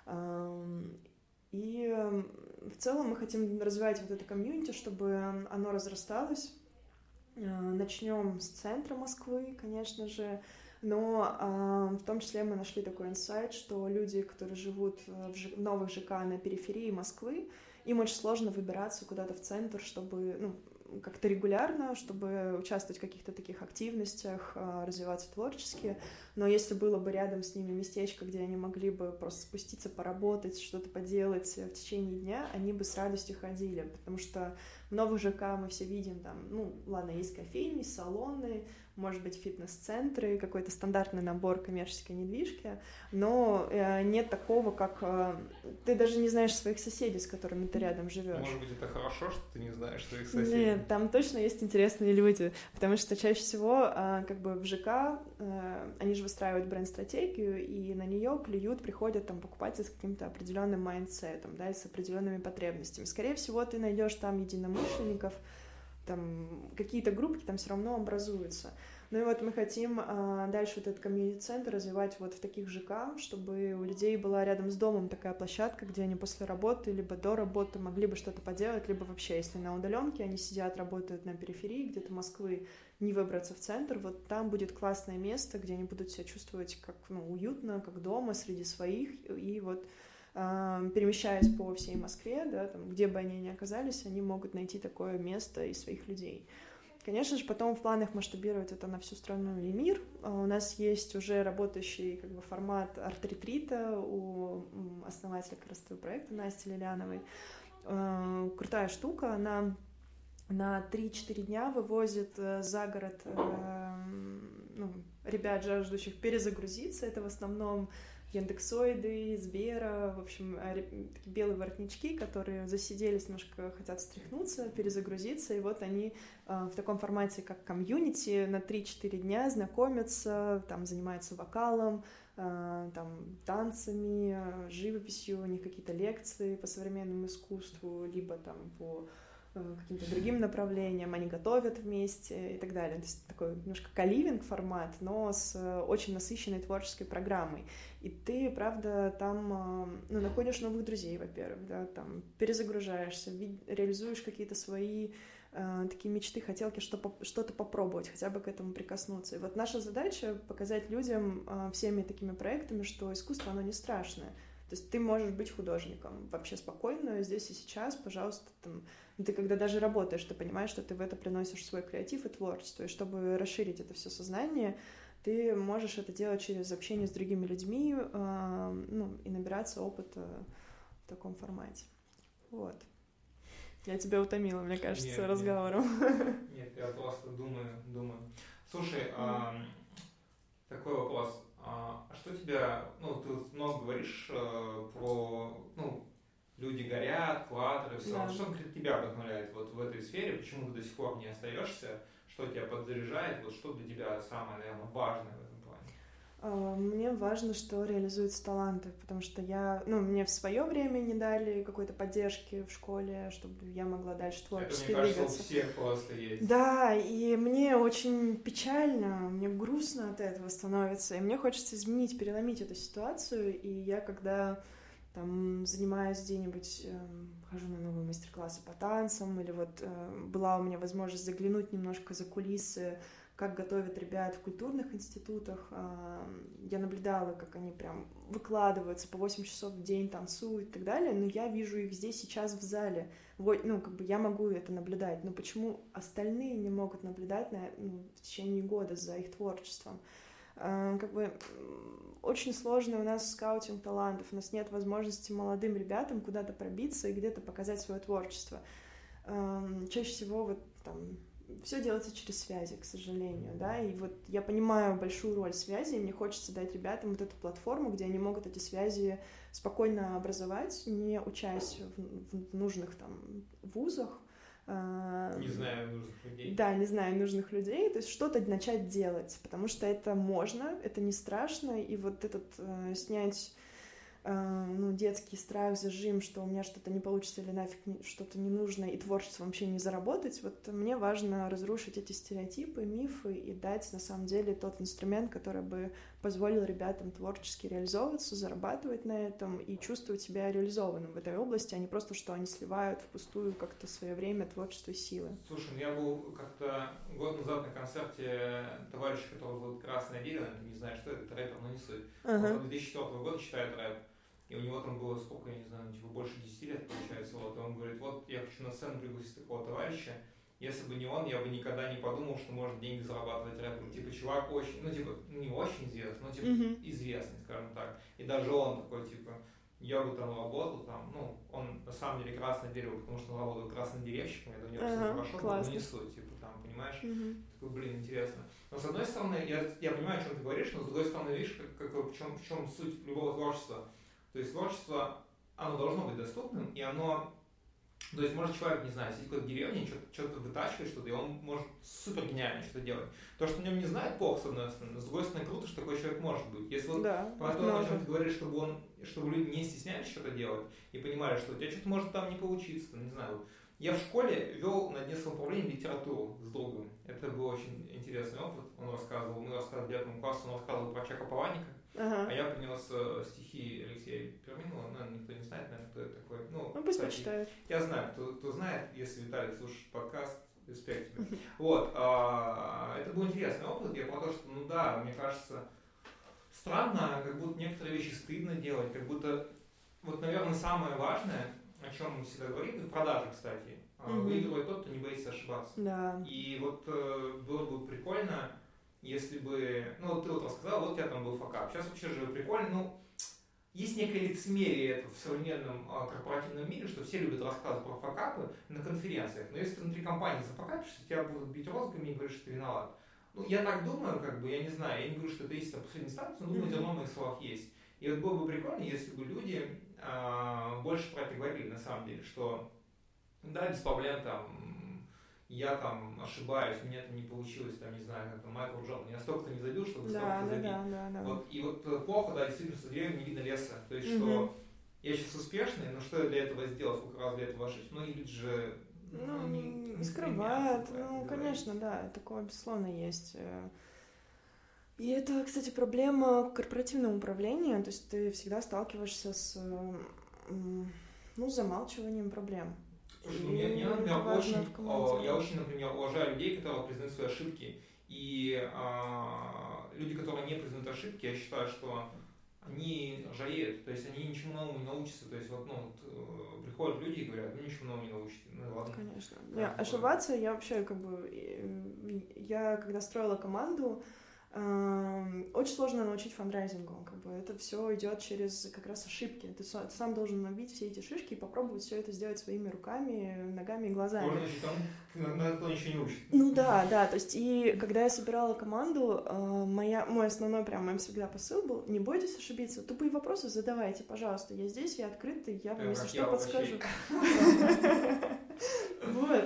И в целом мы хотим развивать вот это комьюнити, чтобы оно разрасталось. Начнем с центра Москвы, конечно же. но в том числе мы нашли такой инсайт, что люди, которые живут в новых ЖК на периферии Москвы, им очень сложно выбираться куда-то в центр, чтобы как-то регулярно, чтобы участвовать в каких-то таких активностях, развиваться творчески. Но если было бы рядом с ними местечко, где они могли бы просто спуститься, поработать, что-то поделать в течение дня, они бы с радостью ходили, потому что в новых ЖК мы все видим там, ладно, есть кофейни, салоны, может быть, фитнес-центры, какой-то стандартный набор коммерческой недвижки, но нет такого, как ты даже не знаешь своих соседей, с которыми ты рядом живешь. Может быть, это хорошо, что ты не знаешь своих соседей? Нет, там точно есть интересные люди, потому что чаще всего как бы в ЖК они же выстраивают бренд-стратегию, и на нее клюют, приходят там покупатели с каким-то определенным майндсетом, да, и с определенными потребностями. Скорее всего, ты найдешь там единомышленников, там какие-то группки там все равно образуются. Ну и вот мы хотим дальше вот этот комьюнити-центр развивать вот в таких ЖК, чтобы у людей была рядом с домом такая площадка, где они после работы либо до работы могли бы что-то поделать, либо вообще, если на удаленке они сидят, работают на периферии где-то Москвы, не выбраться в центр, вот там будет классное место, где они будут себя чувствовать как уютно, как дома, среди своих, и вот перемещаясь по всей Москве, да, там, где бы они ни оказались, они могут найти такое место и своих людей. Конечно же, потом в планах масштабировать это на всю страну и мир. У нас есть уже работающий как бы формат арт-ретрита у основателя как раз этого проекта Насти Лиляновой. Крутая штука, она на 3-4 дня вывозит за город ребят, жаждущих перезагрузиться. Это в основном яндексоиды, Сбера, в общем, такие белые воротнички, которые засиделись, немножко хотят встряхнуться, перезагрузиться, и вот они в таком формате, как комьюнити, на 3-4 дня знакомятся, там занимаются вокалом, там танцами, живописью, у них какие-то лекции по современному искусству, либо там по каким-то другим направлениям, они готовят вместе и так далее. То есть такой немножко коливинг формат, но с очень насыщенной творческой программой. И ты, правда, там находишь новых друзей, во-первых, да, там перезагружаешься, реализуешь какие-то свои такие мечты, хотелки, что-то попробовать, хотя бы к этому прикоснуться. И вот наша задача показать людям всеми такими проектами, что искусство, оно не страшное. То есть ты можешь быть художником вообще спокойно, здесь и сейчас, пожалуйста, там, ты когда даже работаешь, ты понимаешь, что ты в это приносишь свой креатив и творчество, и чтобы расширить это все сознание, ты можешь это делать через общение с другими людьми, и набираться опыта в таком формате. Вот. Я тебя утомила, мне кажется, разговором. Нет, я просто думаю. Слушай, такой вопрос. А что тебя, ты много говоришь про, люди горят, квадры, все. Да. Что конкретно тебя вдохновляет вот в этой сфере, почему ты до сих пор не остаешься, что тебя подзаряжает, вот что для тебя самое, наверное, важное в этом плане? Мне важно, что реализуются таланты, потому что мне в свое время не дали какой-то поддержки в школе, чтобы я могла дальше творчески двигаться. Это, мне кажется, у всех просто есть. Да, и мне очень печально, мне грустно от этого становится, и мне хочется изменить, переломить эту ситуацию, и я когда там занимаюсь где-нибудь, хожу на новые мастер-классы по танцам, или вот была у меня возможность заглянуть немножко за кулисы, как готовят ребят в культурных институтах. Я наблюдала, как они прям выкладываются по 8 часов в день, танцуют и так далее, но я вижу их здесь сейчас в зале. Я могу это наблюдать, но почему остальные не могут наблюдать в течение года за их творчеством? Очень сложно у нас скаутинг талантов, у нас нет возможности молодым ребятам куда-то пробиться и где-то показать свое творчество. Чаще всего все делается через связи, к сожалению, да, и вот я понимаю большую роль связи, и мне хочется дать ребятам вот эту платформу, где они могут эти связи спокойно образовать, не учась в нужных там вузах. Не зная нужных людей. Да, не зная нужных людей, то есть что-то начать делать, потому что это можно, это не страшно, и вот снять детский страх, зажим, что у меня что-то не получится или нафиг что-то не нужно, и творчество вообще не заработать, вот мне важно разрушить эти стереотипы, мифы и дать, на самом деле, тот инструмент, который бы позволил ребятам творчески реализовываться, зарабатывать на этом и чувствовать себя реализованным в этой области, а не просто, что они сливают впустую как-то свое время, творчество и силы. Слушай, я был как-то год назад на концерте товарища, которого зовут Красное Дерево, ты не знаешь, что это, рэпер, но не суть. Он 2004 года читает рэп, и у него там было сколько, я не знаю, больше 10 лет получается, вот, и он говорит, вот я хочу на сцену пригласить такого товарища, если бы не он, я бы никогда не подумал, что можно деньги зарабатывать рэпом. Типа, чувак очень, не очень известный, но известный, скажем так. И даже он такой, типа, я бы там работал, он на самом деле красное дерево, потому что он работал красным деревщиком, это у него все хорошо, но не суть, типа, там, понимаешь? Такой, интересно. Но с одной стороны, я понимаю, о чем ты говоришь, но с другой стороны, видишь, в чем суть любого творчества. То есть творчество, оно должно быть доступным, и оно... То есть, может, человек, не знаю, сидит в какой-то деревне, что-то вытачивает, что-то, и он может супер гениально что-то делать. То, что о нем не знает, плохо, с одной стороны, но с другой стороны, круто, что такой человек может быть. Если вот по тому, о чем ты говоришь, чтобы люди не стеснялись что-то делать и понимали, что у тебя что-то может там не получиться, не знаю. Я в школе вел на детском управлении литературу с другом. Это был очень интересный опыт. Мы рассказывали в 9 классе, он рассказывал про Чака Паланика. А я принес стихи Алексея Перминова, никто не знает, наверное, кто это такой. Пусть почитает. Я знаю, кто знает, если Виталий слушает подкаст, респект тебе. Вот, это был интересный опыт, я про то, что, мне кажется, странно, как будто некоторые вещи стыдно делать, как будто, вот, наверное, самое важное, о чем мы всегда говорим, и в продаже, кстати, выигрывает тот, кто не боится ошибаться. Да. И вот было бы прикольно, если бы, ты вот рассказал, вот у тебя там был факап. Сейчас вообще же прикольно, есть некое лицемерие это в современном корпоративном мире, что все любят рассказывать про факапы на конференциях. Но если ты внутри компании зафакапишься, тебя будут бить розгами и говорить, что ты виноват. Я так думаю, я не знаю, я не говорю, что это истина последней инстанции, но думаю, зерно в моих словах есть. И вот было бы прикольно, если бы люди больше про это говорили, на самом деле, что да, без проблем я ошибаюсь, у меня это не получилось, не знаю, как Майкл Джордан, я столько-то не забил, чтобы столько-то забить. Да. Вот, и вот плохо, действительно, что деревьям не видно леса. То есть, что я сейчас успешный, но что я для этого сделал, сколько раз для этого ошибся. Многие люди же не скрывают. Конечно, да, такое безусловно есть. И это, кстати, проблема корпоративного управления, то есть ты всегда сталкиваешься с замалчиванием проблем. Слушай, я очень, например, уважаю людей, которые признают свои ошибки. И люди, которые не признают ошибки, я считаю, что они жалеют, то есть они ничему новому не научатся. То есть приходят люди и говорят, ничему новому не научатся. Ладно. Конечно. Ошибаться, я вообще я когда строила команду, очень сложно научить фандрайзингу, это все идет через как раз ошибки. Ты сам должен набить все эти шишки и попробовать все это сделать своими руками, ногами и глазами. Можно, кто ничего не учит. Да, то есть и когда я собирала команду, мой основной моим всегда посыл был: не бойтесь ошибиться, тупые вопросы задавайте, пожалуйста, я здесь, я открытый, я вам, если что, подскажу. Вот,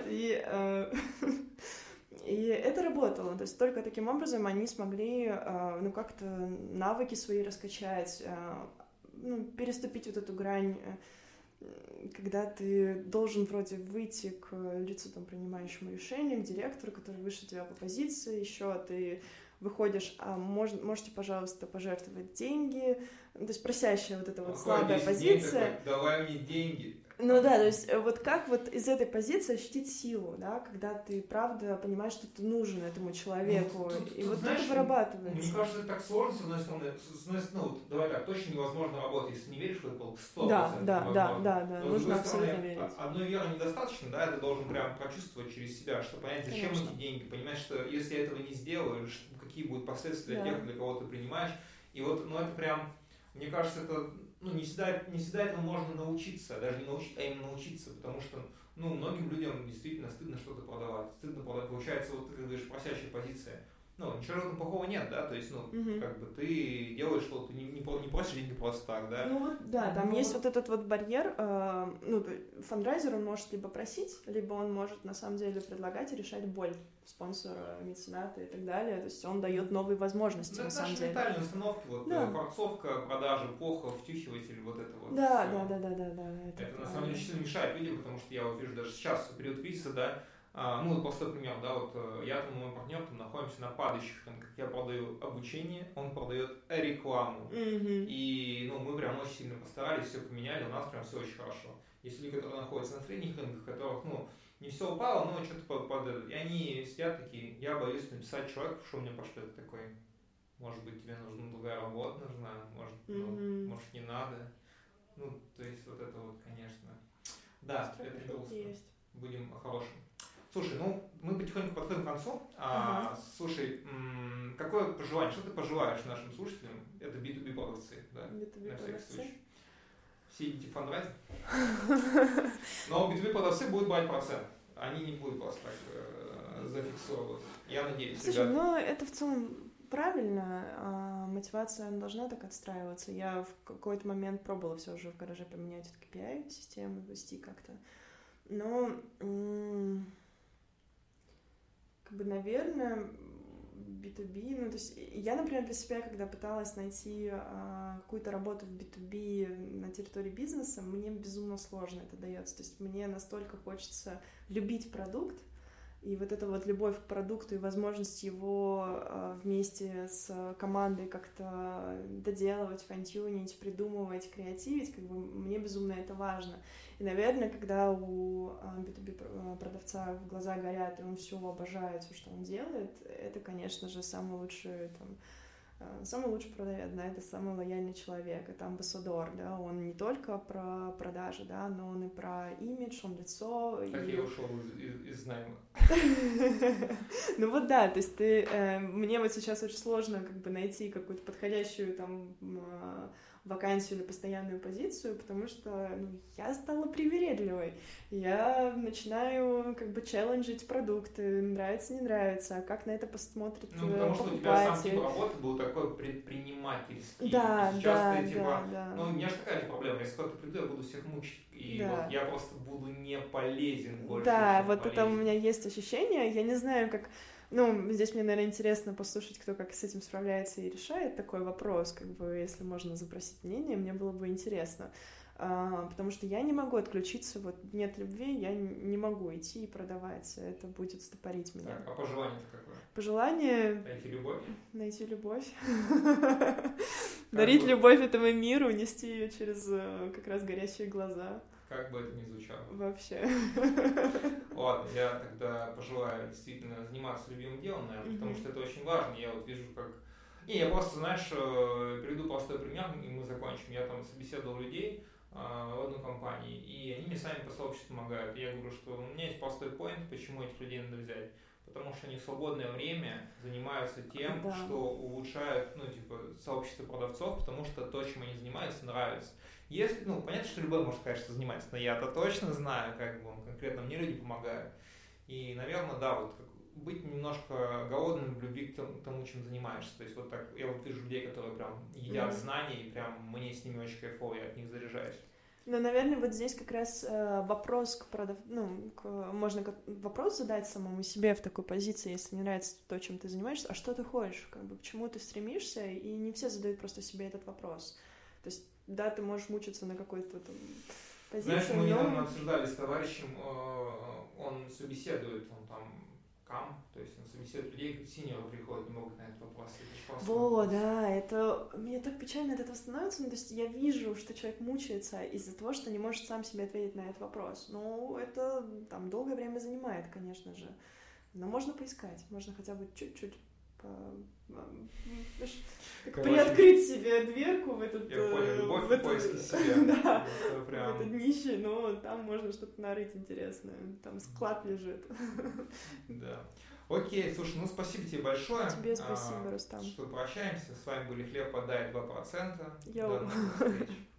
и это работало, то есть только таким образом они смогли, как-то навыки свои раскачать, переступить вот эту грань, когда ты должен вроде выйти к лицу, принимающему решение, к директору, который выше тебя по позиции, еще ты выходишь, можете, пожалуйста, пожертвовать деньги, то есть просящая вот эта слабая позиция. Такой, давай мне деньги. То есть как из этой позиции ощутить силу, да, когда ты правда понимаешь, что ты нужен этому человеку, знаешь, это вырабатывается. Мне кажется, это так сложно, с одной стороны, давай так, точно невозможно работать, если не веришь в это, 100%. Да, нужно абсолютно верить. Одной веры недостаточно, да, ты должен прям прочувствовать через себя, чтобы понять, зачем эти деньги, понимать, что если я этого не сделаю, какие будут последствия для тех, для кого ты принимаешь, и это прям, мне кажется, это не всегда этому можно научиться, даже не научить, а именно научиться, потому что, многим людям действительно стыдно что-то продавать, получается, ты говоришь, просящая позиция. ну, ничего в этом плохого нет, да, то есть, ну, как бы ты делаешь что-то, не просишь деньги просто так, да. Ну вот, да, там есть вот этот вот барьер, ну, фандрайзер, он может либо просить, либо он может на самом деле предлагать и решать боль спонсора, мецената и так далее, то есть он дает новые возможности, на самом деле. Это наши ментальные установки, вот, форцовка, продажи, плохо, втюхиватель, вот это вот. Да. Это на самом деле сильно мешает людям, потому что я вот вижу даже сейчас, в период кризиса, да, ну, вот простой пример, да, вот я там, мой партнер, там находимся на падающих рынках, я продаю обучение, он продает рекламу, и, ну, мы прям очень сильно постарались, все поменяли, у нас прям все очень хорошо. Есть люди, которые находятся на средних рынках, которых, ну, не все упало, но что-то падает, и они сидят такие, я боюсь написать человеку, что мне пошлет такой, может быть, тебе нужна другая работа, может, ну, может, не надо, ну, то есть вот это вот, конечно, да, это грустно, будем хорошим. Слушай, ну, мы потихоньку подходим к концу. Слушай, какое пожелание, что ты пожелаешь нашим слушателям? Это B2B продавцы, да? B2B на всякий продавцы. случай. Все идите в фандрайзинг. Но B2B продавцы будут брать процент. Они не будут вас так зафиксировать. Я надеюсь, Слушай, ну, это в целом правильно. Мотивация должна так отстраиваться. Я в какой-то момент пробовала все же в гараже поменять эту KPI-систему, вести как-то. Но... как бы, наверное, B2B, ну, то есть я, например, для себя, когда пыталась найти какую-то работу в B2B на территории бизнеса, мне безумно сложно это дается, то есть мне настолько хочется любить продукт, и вот эта вот любовь к продукту и возможность его вместе с командой как-то доделывать, файн-тюнить, придумывать, креативить, как бы мне безумно это важно. И, наверное, когда у B2B продавца в глаза горят, и он все обожает, все, что он делает, это, конечно же, самый лучший продавец, да, это самый лояльный человек, это амбассадор, да, он не только про продажи, да, но он и про имидж, он лицо. Как я ушел из найма. Ну вот да, то есть мне вот сейчас очень сложно как бы найти какую-то подходящую там вакансию или постоянную позицию, потому что я стала привередливой. Я начинаю как бы челленджить продукты, нравится, не нравится, а как на это посмотрит покупатель. Ну, потому что у тебя сам тип работы был такой предпринимательский. Да, сейчас ты типа, ну, у меня же такая же проблема, если кто-то приду, я буду всех мучить, и вот я просто буду не полезен больше. Да, вот полезен. Это у меня есть ощущение, я не знаю, как... Ну, здесь мне, наверное, интересно послушать, кто как с этим справляется и решает такой вопрос, как бы, если можно запросить мнение, мне было бы интересно. Потому что я не могу отключиться, вот нет любви, я не могу идти и продавать, это будет стопорить меня. Так, а пожелание-то какое? Пожелание... Найти любовь? Найти любовь. Дарить любовь этому миру, нести ее через как раз горящие глаза. Как бы это ни звучало. Вообще. Ладно, я тогда пожелаю действительно заниматься любимым делом, наверное, потому что это очень важно. Я вот вижу, как... я просто, знаешь, приведу простой пример, и мы закончим. Я там собеседовал людей в одной компании, и они мне сами по сообществу помогают. И я говорю, что у меня есть простой поинт, почему этих людей надо взять. Потому что они в свободное время занимаются тем, что улучшают, ну, типа, сообщество продавцов, потому что то, чем они занимаются, нравится. Если, ну, понятно, что любой может сказать, что занимается, но я-то точно знаю, как бы, конкретно мне люди помогают. И, наверное, да, вот быть немножко голодным в любви к тому, чем занимаешься. То есть вот так, я вот вижу людей, которые прям едят знания, и прям мне с ними очень кайфово, я от них заряжаюсь. Ну, наверное, вот здесь как раз вопрос к можно вопрос задать самому себе в такой позиции, если не нравится то, чем ты занимаешься, а что ты хочешь, как бы, к чему ты стремишься, и не все задают просто себе этот вопрос. То есть, да, ты можешь мучиться на какой-то там позиции, знаешь, мы недавно обсуждали с товарищем, он собеседует, он там то есть он собеседует людей, синьоры приходят, не могут на этот вопрос. Во, да, это... Мне так печально от этого становится, ну, то есть я вижу, что человек мучается из-за того, что не может сам себе ответить на этот вопрос. Ну, это там долгое время занимает, конечно же. Но можно поискать, можно хотя бы чуть-чуть приоткрыть себе дверку в этот... Я понял, любовь в поиске себя. Да, в это днище, но там можно что-то нарыть интересное, там склад лежит. Да. Окей, слушай, ну спасибо тебе большое. Тебе спасибо, Рустам. Что прощаемся. С вами были Хлеб подай 2%. Йоу. До новых встреч.